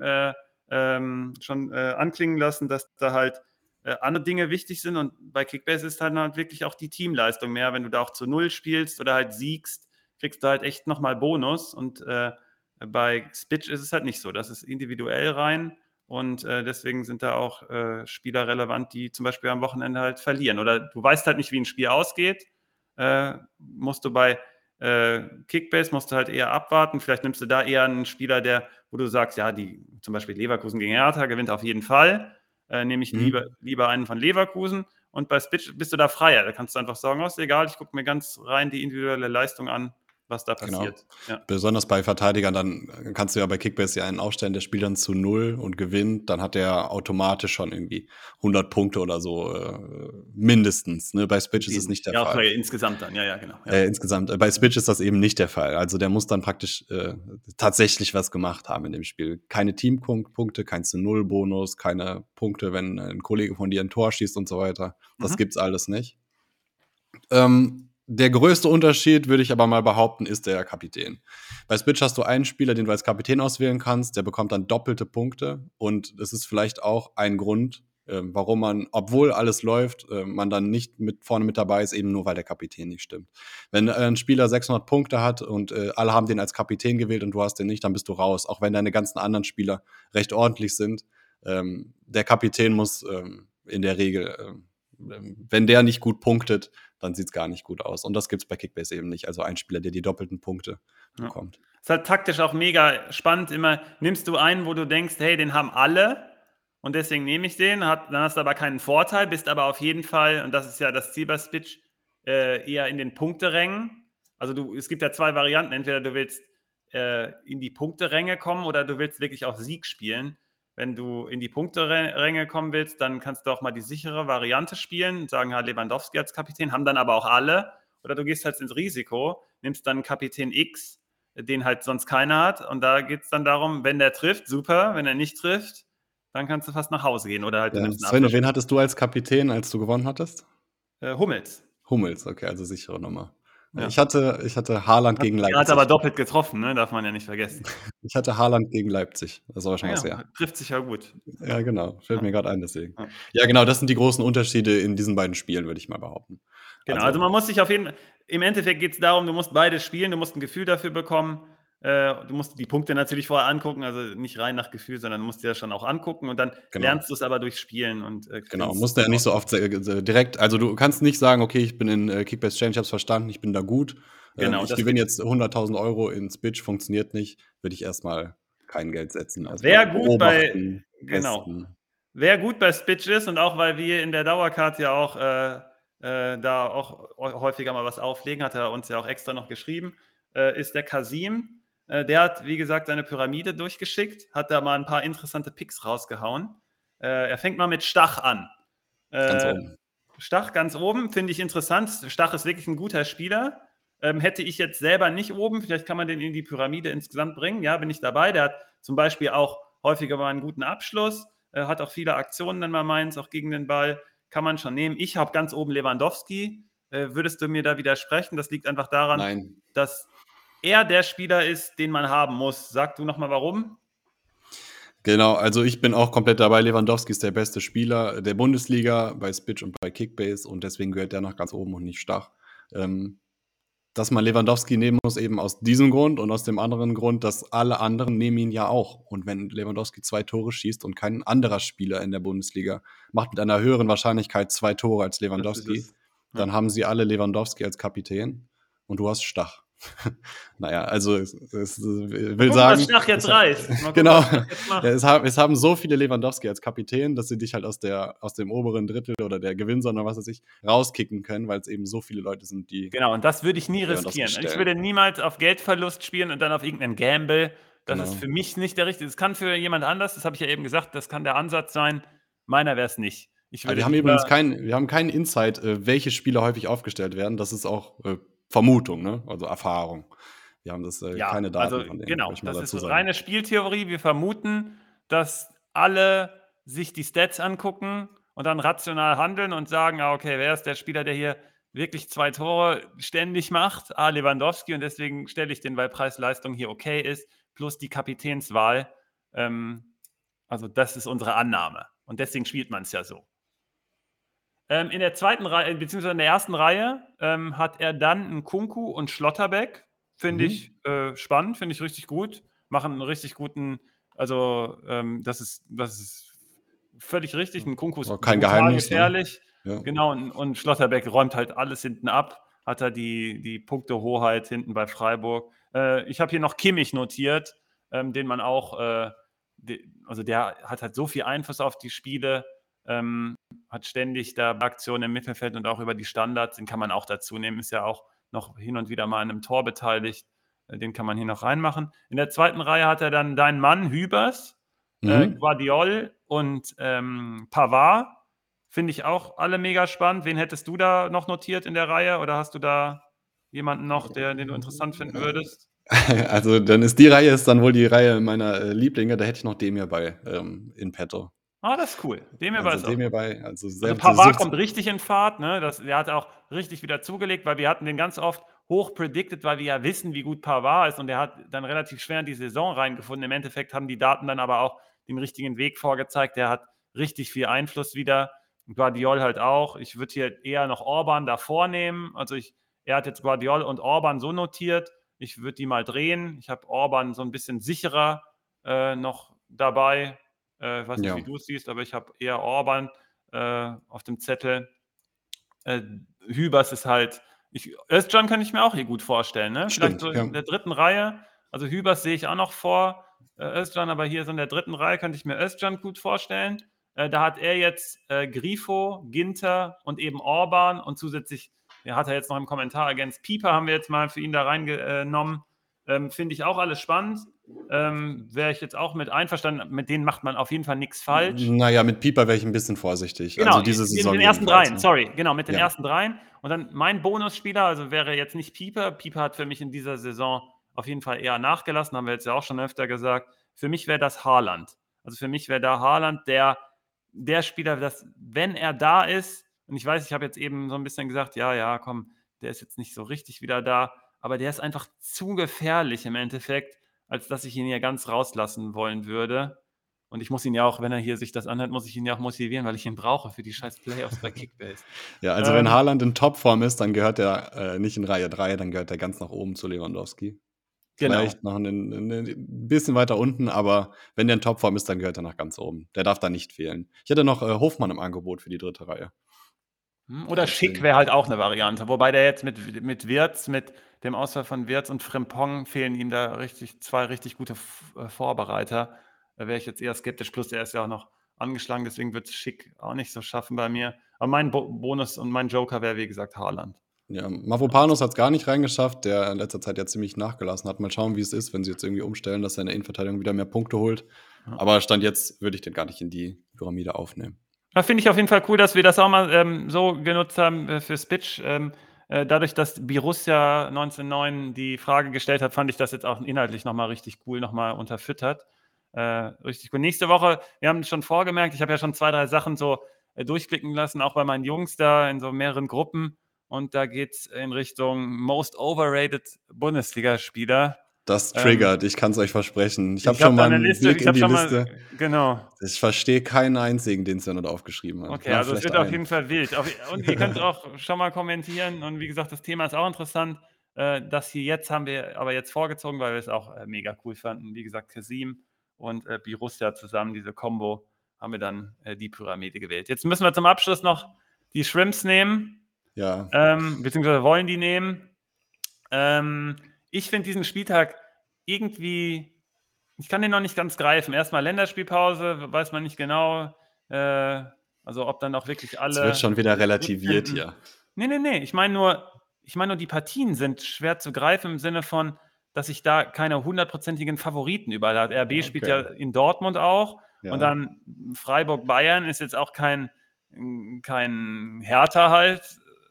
schon anklingen lassen, dass da halt andere Dinge wichtig sind. Und bei Kickbase ist halt wirklich auch die Teamleistung mehr. Wenn du da auch zu Null spielst oder halt siegst, kriegst du halt echt nochmal Bonus. Und bei Spitch ist es halt nicht so. Das ist individuell rein. Und deswegen sind da auch Spieler relevant, die zum Beispiel am Wochenende halt verlieren. Oder du weißt halt nicht, wie ein Spiel ausgeht. Musst du bei Kickbase musst du halt eher abwarten. Vielleicht nimmst du da eher einen Spieler, wo du sagst, ja, zum Beispiel Leverkusen gegen Hertha gewinnt auf jeden Fall. Nehme ich lieber einen von Leverkusen. Und bei Spitch bist du da freier. Da kannst du einfach sagen, oh, ist egal, ich gucke mir ganz rein die individuelle Leistung an, was da genau. passiert. Ja. Besonders bei Verteidigern, dann kannst du ja bei Kickbase ja einen aufstellen, der spielt dann zu 0 und gewinnt, dann hat der automatisch schon irgendwie 100 Punkte oder so mindestens. Ne? Bei Spitch ist es nicht der Ja, Fall. insgesamt dann, ja, genau. Ja. Insgesamt. Bei Spitch ist das eben nicht der Fall. Also der muss dann praktisch tatsächlich was gemacht haben in dem Spiel. Keine Teampunkte, kein zu Null Bonus, keine Punkte, wenn ein Kollege von dir ein Tor schießt und so weiter. Das gibt's alles nicht. Der größte Unterschied, würde ich aber mal behaupten, ist der Kapitän. Bei Spitch hast du einen Spieler, den du als Kapitän auswählen kannst, der bekommt dann doppelte Punkte. Und es ist vielleicht auch ein Grund, warum man, obwohl alles läuft, man dann nicht vorne mit dabei ist, eben nur weil der Kapitän nicht stimmt. Wenn ein Spieler 600 Punkte hat und alle haben den als Kapitän gewählt und du hast den nicht, dann bist du raus. Auch wenn deine ganzen anderen Spieler recht ordentlich sind. Der Kapitän muss in der Regel, wenn der nicht gut punktet, dann sieht es gar nicht gut aus. Und das gibt es bei Kickbase eben nicht. Also ein Spieler, der die doppelten Punkte bekommt. Ist halt taktisch auch mega spannend. Immer nimmst du einen, wo du denkst, hey, den haben alle und deswegen nehme ich den. Dann hast du aber keinen Vorteil, bist aber auf jeden Fall, und das ist ja das Ziel bei Spitch, eher in den Punkterängen. Also es gibt ja zwei Varianten. Entweder du willst in die Punkteränge kommen oder du willst wirklich auch Sieg spielen. Wenn du in die Punkteränge kommen willst, dann kannst du auch mal die sichere Variante spielen, sagen halt Lewandowski als Kapitän, haben dann aber auch alle. Oder du gehst halt ins Risiko, nimmst dann Kapitän X, den halt sonst keiner hat. Und da geht es dann darum, wenn der trifft, super. Wenn er nicht trifft, dann kannst du fast nach Hause gehen. Oder halt du nimmst einen Sven, wen hattest du als Kapitän, als du gewonnen hattest? Hummels. Hummels, okay, also sichere Nummer. Ja. Ich hatte Haaland gegen Leipzig. Er hat aber doppelt getroffen, ne? Darf man ja nicht vergessen. Ich hatte Haaland gegen Leipzig. Das war schon was her. Trifft sich ja gut. Ja, genau. Fällt mir gerade ein, deswegen. Ja. Ja, genau, das sind die großen Unterschiede in diesen beiden Spielen, würde ich mal behaupten. Genau, also man muss sich auf jeden Fall, im Endeffekt geht es darum, du musst beides spielen, du musst ein Gefühl dafür bekommen. Du musst die Punkte natürlich vorher angucken, also nicht rein nach Gefühl, sondern du musst dir das schon auch angucken und dann lernst du es aber durch Spielen. Und genau, musst du ja nicht so oft direkt, also du kannst nicht sagen, okay, ich bin in Kickbase Change, ich hab's verstanden, ich bin da gut. Genau, ich gewinne jetzt 100.000 Euro in Spitch, funktioniert nicht, würde ich erstmal kein Geld setzen. Also wer gut bei Spitch ist und auch weil wir in der Dauerkarte ja auch da auch häufiger mal was auflegen, hat er uns ja auch extra noch geschrieben, ist der Kasim. Der hat, wie gesagt, seine Pyramide durchgeschickt, hat da mal ein paar interessante Picks rausgehauen. Er fängt mal mit Stach an. Ganz oben. Stach ganz oben, finde ich interessant. Stach ist wirklich ein guter Spieler. Hätte ich jetzt selber nicht oben, vielleicht kann man den in die Pyramide insgesamt bringen. Ja, bin ich dabei. Der hat zum Beispiel auch häufiger mal einen guten Abschluss, hat auch viele Aktionen, wenn man meint, auch gegen den Ball. Kann man schon nehmen. Ich habe ganz oben Lewandowski. Würdest du mir da widersprechen? Das liegt einfach daran, Nein. dass er der Spieler ist, den man haben muss. Sag du nochmal warum? Genau, also ich bin auch komplett dabei. Lewandowski ist der beste Spieler der Bundesliga bei Spitch und bei Kickbase und deswegen gehört der nach ganz oben und nicht Stach. Dass man Lewandowski nehmen muss, eben aus diesem Grund und aus dem anderen Grund, dass alle anderen nehmen ihn ja auch. Und wenn Lewandowski 2 Tore schießt und kein anderer Spieler in der Bundesliga macht mit einer höheren Wahrscheinlichkeit 2 Tore als Das ist Lewandowski, es. dann Ja. haben sie alle Lewandowski als Kapitän und du hast Stach. Naja, also will Gucken, sagen, was Stach jetzt reißt. Mal gucken, genau, was Stach jetzt macht. es haben so viele Lewandowski als Kapitän, dass sie dich halt aus dem oberen Drittel oder der Gewinnsäule oder was weiß ich, rauskicken können, weil es eben so viele Leute sind, die Genau, und das würde ich nie Lewandowski riskieren. Ich stellen. würde niemals auf Geldverlust spielen und dann auf irgendeinen Gamble. Das ist Genau. für mich nicht der richtige. Das kann für jemand anders, das habe ich ja eben gesagt, das kann der Ansatz sein. Meiner wäre es nicht. Ich Aber würde wir haben übrigens lieber keinen Insight, welche Spieler häufig aufgestellt werden. Das ist auch Vermutung, ne? Also Erfahrung. Wir haben ja, keine also Daten von denen, genau, wollte ich mal das ist dazu sagen. reine Spieltheorie. Wir vermuten, dass alle sich die Stats angucken und dann rational handeln und sagen: „Ah, okay, wer ist der Spieler, der hier wirklich 2 Tore ständig macht? Ah, Lewandowski und deswegen stelle ich den, weil Preis-Leistung hier okay ist, plus die Kapitänswahl.“ Also, das ist unsere Annahme und deswegen spielt man es ja so. In der zweiten Reihe beziehungsweise in der ersten Reihe, hat er dann Nkunku und Schlotterbeck. Finde Mhm. ich, spannend, finde ich richtig gut. Machen 'n richtig guten also, das ist völlig richtig. Nkunku ist War kein brutal Geheimnis, ne? gefährlich. Ja. Genau, und Schlotterbeck räumt halt alles hinten ab, hat er die Punktehoheit hinten bei Freiburg. Ich habe hier noch Kimmich notiert, den man auch, also der hat halt so viel Einfluss auf die Spiele, hat ständig da Aktionen im Mittelfeld und auch über die Standards, den kann man auch dazu nehmen, ist ja auch noch hin und wieder mal an einem Tor beteiligt. Den kann man hier noch reinmachen. In der zweiten Reihe hat er dann deinen Mann Hübers, Mhm. Gvardiol und Pavard. Finde ich auch alle mega spannend. Wen hättest du da noch notiert in der Reihe oder hast du da jemanden noch, den du interessant finden würdest? Also, dann ist die Reihe wohl die Reihe meiner Lieblinge. Da hätte ich noch Demir bei in petto. Ah, das ist cool. Demirbay Also ist auch Demir gut. bei, also Also selbst Pavard sucht. kommt richtig in Fahrt, ne? Der hat auch richtig wieder zugelegt, weil wir hatten den ganz oft hoch predicted, weil wir ja wissen, wie gut Pavard ist und der hat dann relativ schwer in die Saison reingefunden. Im Endeffekt haben die Daten dann aber auch den richtigen Weg vorgezeigt. Der hat richtig viel Einfluss wieder. Guardiol halt auch. Ich würde hier eher noch Orban davor nehmen. Also er hat jetzt Guardiol und Orban so notiert. Ich würde die mal drehen. Ich habe Orban so ein bisschen sicherer noch dabei. Weiß nicht, wie Ja, du es siehst, aber ich habe eher Orban auf dem Zettel. Äh, Hübers ist halt Özcan kann ich mir auch hier gut vorstellen, ne? Vielleicht stimmt, so ja. in der dritten Reihe. Also Hübers sehe ich auch noch vor Özcan, aber hier so in der dritten Reihe könnte ich mir Özcan gut vorstellen. Da hat er jetzt Grifo, Ginter und eben Orban und zusätzlich hat er jetzt noch im Kommentar ergänzt, Pieper haben wir jetzt mal für ihn da reingenommen. Finde ich auch alles spannend. Wäre ich jetzt auch mit einverstanden. Mit denen macht man auf jeden Fall nichts falsch. Na ja, mit Pieper wäre ich 'n bisschen vorsichtig. Genau, Also diese mit Saison den ersten jedenfalls, dreien, ne? sorry, genau, mit den Ja. ersten dreien. Und dann mein Bonusspieler, also wäre jetzt nicht Pieper. Pieper hat für mich in dieser Saison auf jeden Fall eher nachgelassen, haben wir jetzt ja auch schon öfter gesagt. Für mich wäre das Haaland. Also für mich wäre da Haaland der Spieler, dass, wenn er da ist, und ich weiß, ich habe jetzt eben so ein bisschen gesagt, ja, ja, komm, der ist jetzt nicht so richtig wieder da, aber der ist einfach zu gefährlich im Endeffekt, als dass ich ihn hier ganz rauslassen wollen würde. Und ich muss ihn ja auch, wenn er hier sich das anhört, muss ich ihn ja auch motivieren, weil ich ihn brauche für die scheiß Playoffs bei Kickbase. Ja, also wenn Ähm, Haaland in Topform ist, dann gehört er nicht in Reihe 3, dann gehört er ganz nach oben zu Lewandowski. genau. Vielleicht noch 'n bisschen weiter unten, aber wenn der in Topform ist, dann gehört er nach ganz oben. Der darf da nicht fehlen. Ich hätte noch Hofmann im Angebot für die dritte Reihe. Oder Als Schick den wäre halt auch eine Variante, wobei der jetzt mit Wirtz, mit dem Ausfall von Wirtz und Frimpong fehlen ihm da richtig 2 richtig gute Vorbereiter. Da wäre ich jetzt eher skeptisch, plus er ist ja auch noch angeschlagen, deswegen wird's Schick auch nicht so schaffen bei mir. Aber mein Bonus und mein Joker wäre, wie gesagt, Haaland. Ja, Mavropanos hat's gar nicht reingeschafft, der in letzter Zeit ja ziemlich nachgelassen hat. Mal schauen, wie es ist, wenn sie jetzt irgendwie umstellen, dass er in der Innenverteidigung wieder mehr Punkte holt. Ja. Aber Stand jetzt würde ich den gar nicht in die Pyramide aufnehmen. Da finde ich auf jeden Fall cool, dass wir das auch mal so genutzt haben für Spitch. dadurch, dass Borussia 1909 die Frage gestellt hat, fand ich das jetzt auch inhaltlich nochmal richtig cool, nochmal unterfüttert. Richtig gut. Nächste Woche, wir haben schon vorgemerkt, ich habe ja schon 2, 3 Sachen so durchblicken lassen, auch bei meinen Jungs da in so mehreren Gruppen. Und da geht es in Richtung Most Overrated Bundesligaspieler. Das triggert, ich kann es euch versprechen. Ich habe Ich habe schon da mal eine einen Liste, Blick ich in habe die schon mal, Liste. genau. Ich verstehe keinen einzigen, den Sven dort aufgeschrieben hat. Okay, Na, also es vielleicht wird auf einen. jeden Fall wild. Und ihr könnt auch schon mal kommentieren. Und wie gesagt, das Thema ist auch interessant. Das hier jetzt haben wir aber jetzt vorgezogen, weil wir es auch mega cool fanden. Wie gesagt, Kasim und Borussia zusammen, diese Combo, haben wir dann die Pyramide gewählt. Jetzt müssen wir zum Abschluss noch die Shrimps nehmen, Ja, beziehungsweise wollen die nehmen. Ich finde diesen Spieltag irgendwie, ich kann den noch nicht ganz greifen. Erstmal Länderspielpause, weiß man nicht genau. Also ob dann auch wirklich es wird alle schon wieder sich relativiert zurückfinden. hier. Nee. Ich meine nur, die Partien sind schwer zu greifen im Sinne von, dass ich da keine hundertprozentigen Favoriten überall habe. RB spielt ja Okay, in Dortmund auch und ja. dann Freiburg-Bayern ist jetzt auch kein Hertha halt.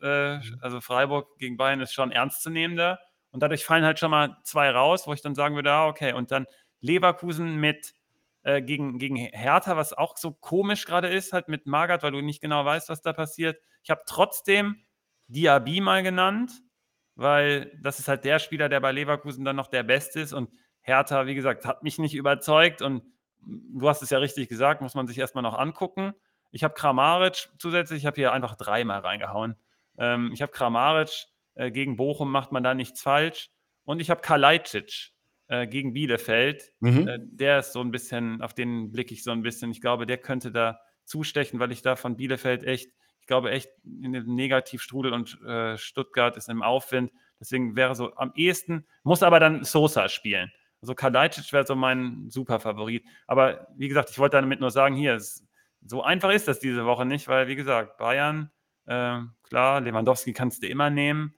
Also Freiburg gegen Bayern ist schon ernstzunehmender. Und dadurch fallen halt schon mal 2 raus, wo ich dann sagen würde, okay. Und dann Leverkusen mit gegen Hertha, was auch so komisch gerade ist, halt mit Magath, weil du nicht genau weißt, was da passiert. Ich habe trotzdem Diaby mal genannt, weil das ist halt der Spieler, der bei Leverkusen dann noch der Beste ist. Und Hertha, wie gesagt, hat mich nicht überzeugt. Und du hast es ja richtig gesagt, muss man sich erstmal noch angucken. Ich habe Kramaric zusätzlich, ich habe hier einfach 3 mal reingehauen. Ich habe Kramaric, gegen Bochum macht man da nichts falsch. Und ich habe Kalajdzic gegen Bielefeld. Mhm. Der ist so ein bisschen, auf den blicke ich so ein bisschen. Ich glaube, der könnte da zustechen, weil ich da von Bielefeld echt, ich glaube echt in dem Negativstrudel und Stuttgart ist im Aufwind. Deswegen wäre so am ehesten, muss aber dann Sosa spielen. Also Kalajdzic wäre so mein Superfavorit. Aber wie gesagt, ich wollte damit nur sagen, hier, so einfach ist das diese Woche nicht, weil wie gesagt, Bayern, klar, Lewandowski kannst du immer nehmen,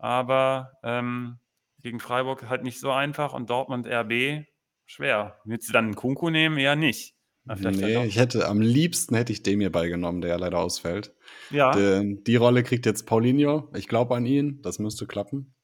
aber gegen Freiburg halt nicht so einfach und Dortmund RB schwer. Willst du dann einen Kunku nehmen? Eher nicht. Na, vielleicht halt Ne, doch. ich hätte am liebsten hätte ich Demirbay genommen, der ja leider ausfällt. Ja. Die Rolle kriegt jetzt Paulinho. Ich glaube an ihn, das müsste klappen.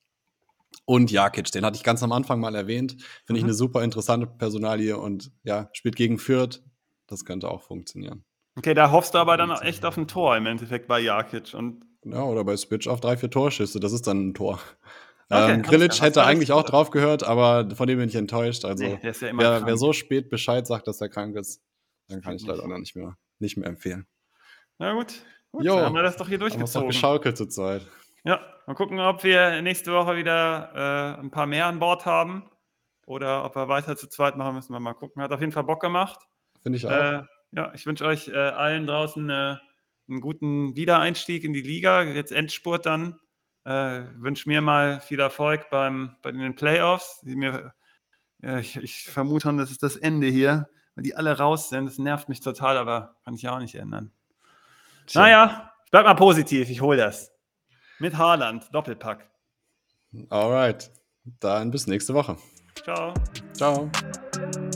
Und Jakic, den hatte ich ganz am Anfang mal erwähnt. Finde ich Mhm. eine super interessante Personalie und ja, spielt gegen Fürth. Das könnte auch funktionieren. Okay, da hoffst du aber dann auch echt auf ein Tor im Endeffekt bei Jakic und Ja, oder bei Switch auf 3, 4 Torschüsse, das ist dann 'n Tor. okay, alles klar. Grillitsch Hast du hätte ja richtig eigentlich auch gesagt. drauf gehört, aber von dem bin ich enttäuscht. Ne, Also, der ist ja immer wer krank. so spät Bescheid sagt, dass er krank ist, dann kann Spielt ich leider nicht. dann nicht mehr empfehlen. Na gut, gut, dann haben wir Jo, das doch hier haben wir's doch durchgezogen. geschaukelt zur Zeit. Ja, mal gucken, ob wir nächste Woche wieder, 'n paar mehr an Bord haben oder ob wir weiter zu zweit machen, müssen wir mal gucken. Hat auf jeden Fall Bock gemacht. Finde ich auch. Ja, ich wünsche euch, allen draußen, 'n guten Wiedereinstieg in die Liga. Jetzt Endspurt dann. Wünsche mir mal viel Erfolg bei den Playoffs, die mir ich vermute schon, das ist das Ende hier, weil die alle raus sind. Das nervt mich total, aber kann ich ja auch nicht ändern. Na Tja, ja, ich bleibe mal positiv, ich hole das. Mit Haaland, Doppelpack. alright. Dann bis nächste Woche. Ciao. Tschau.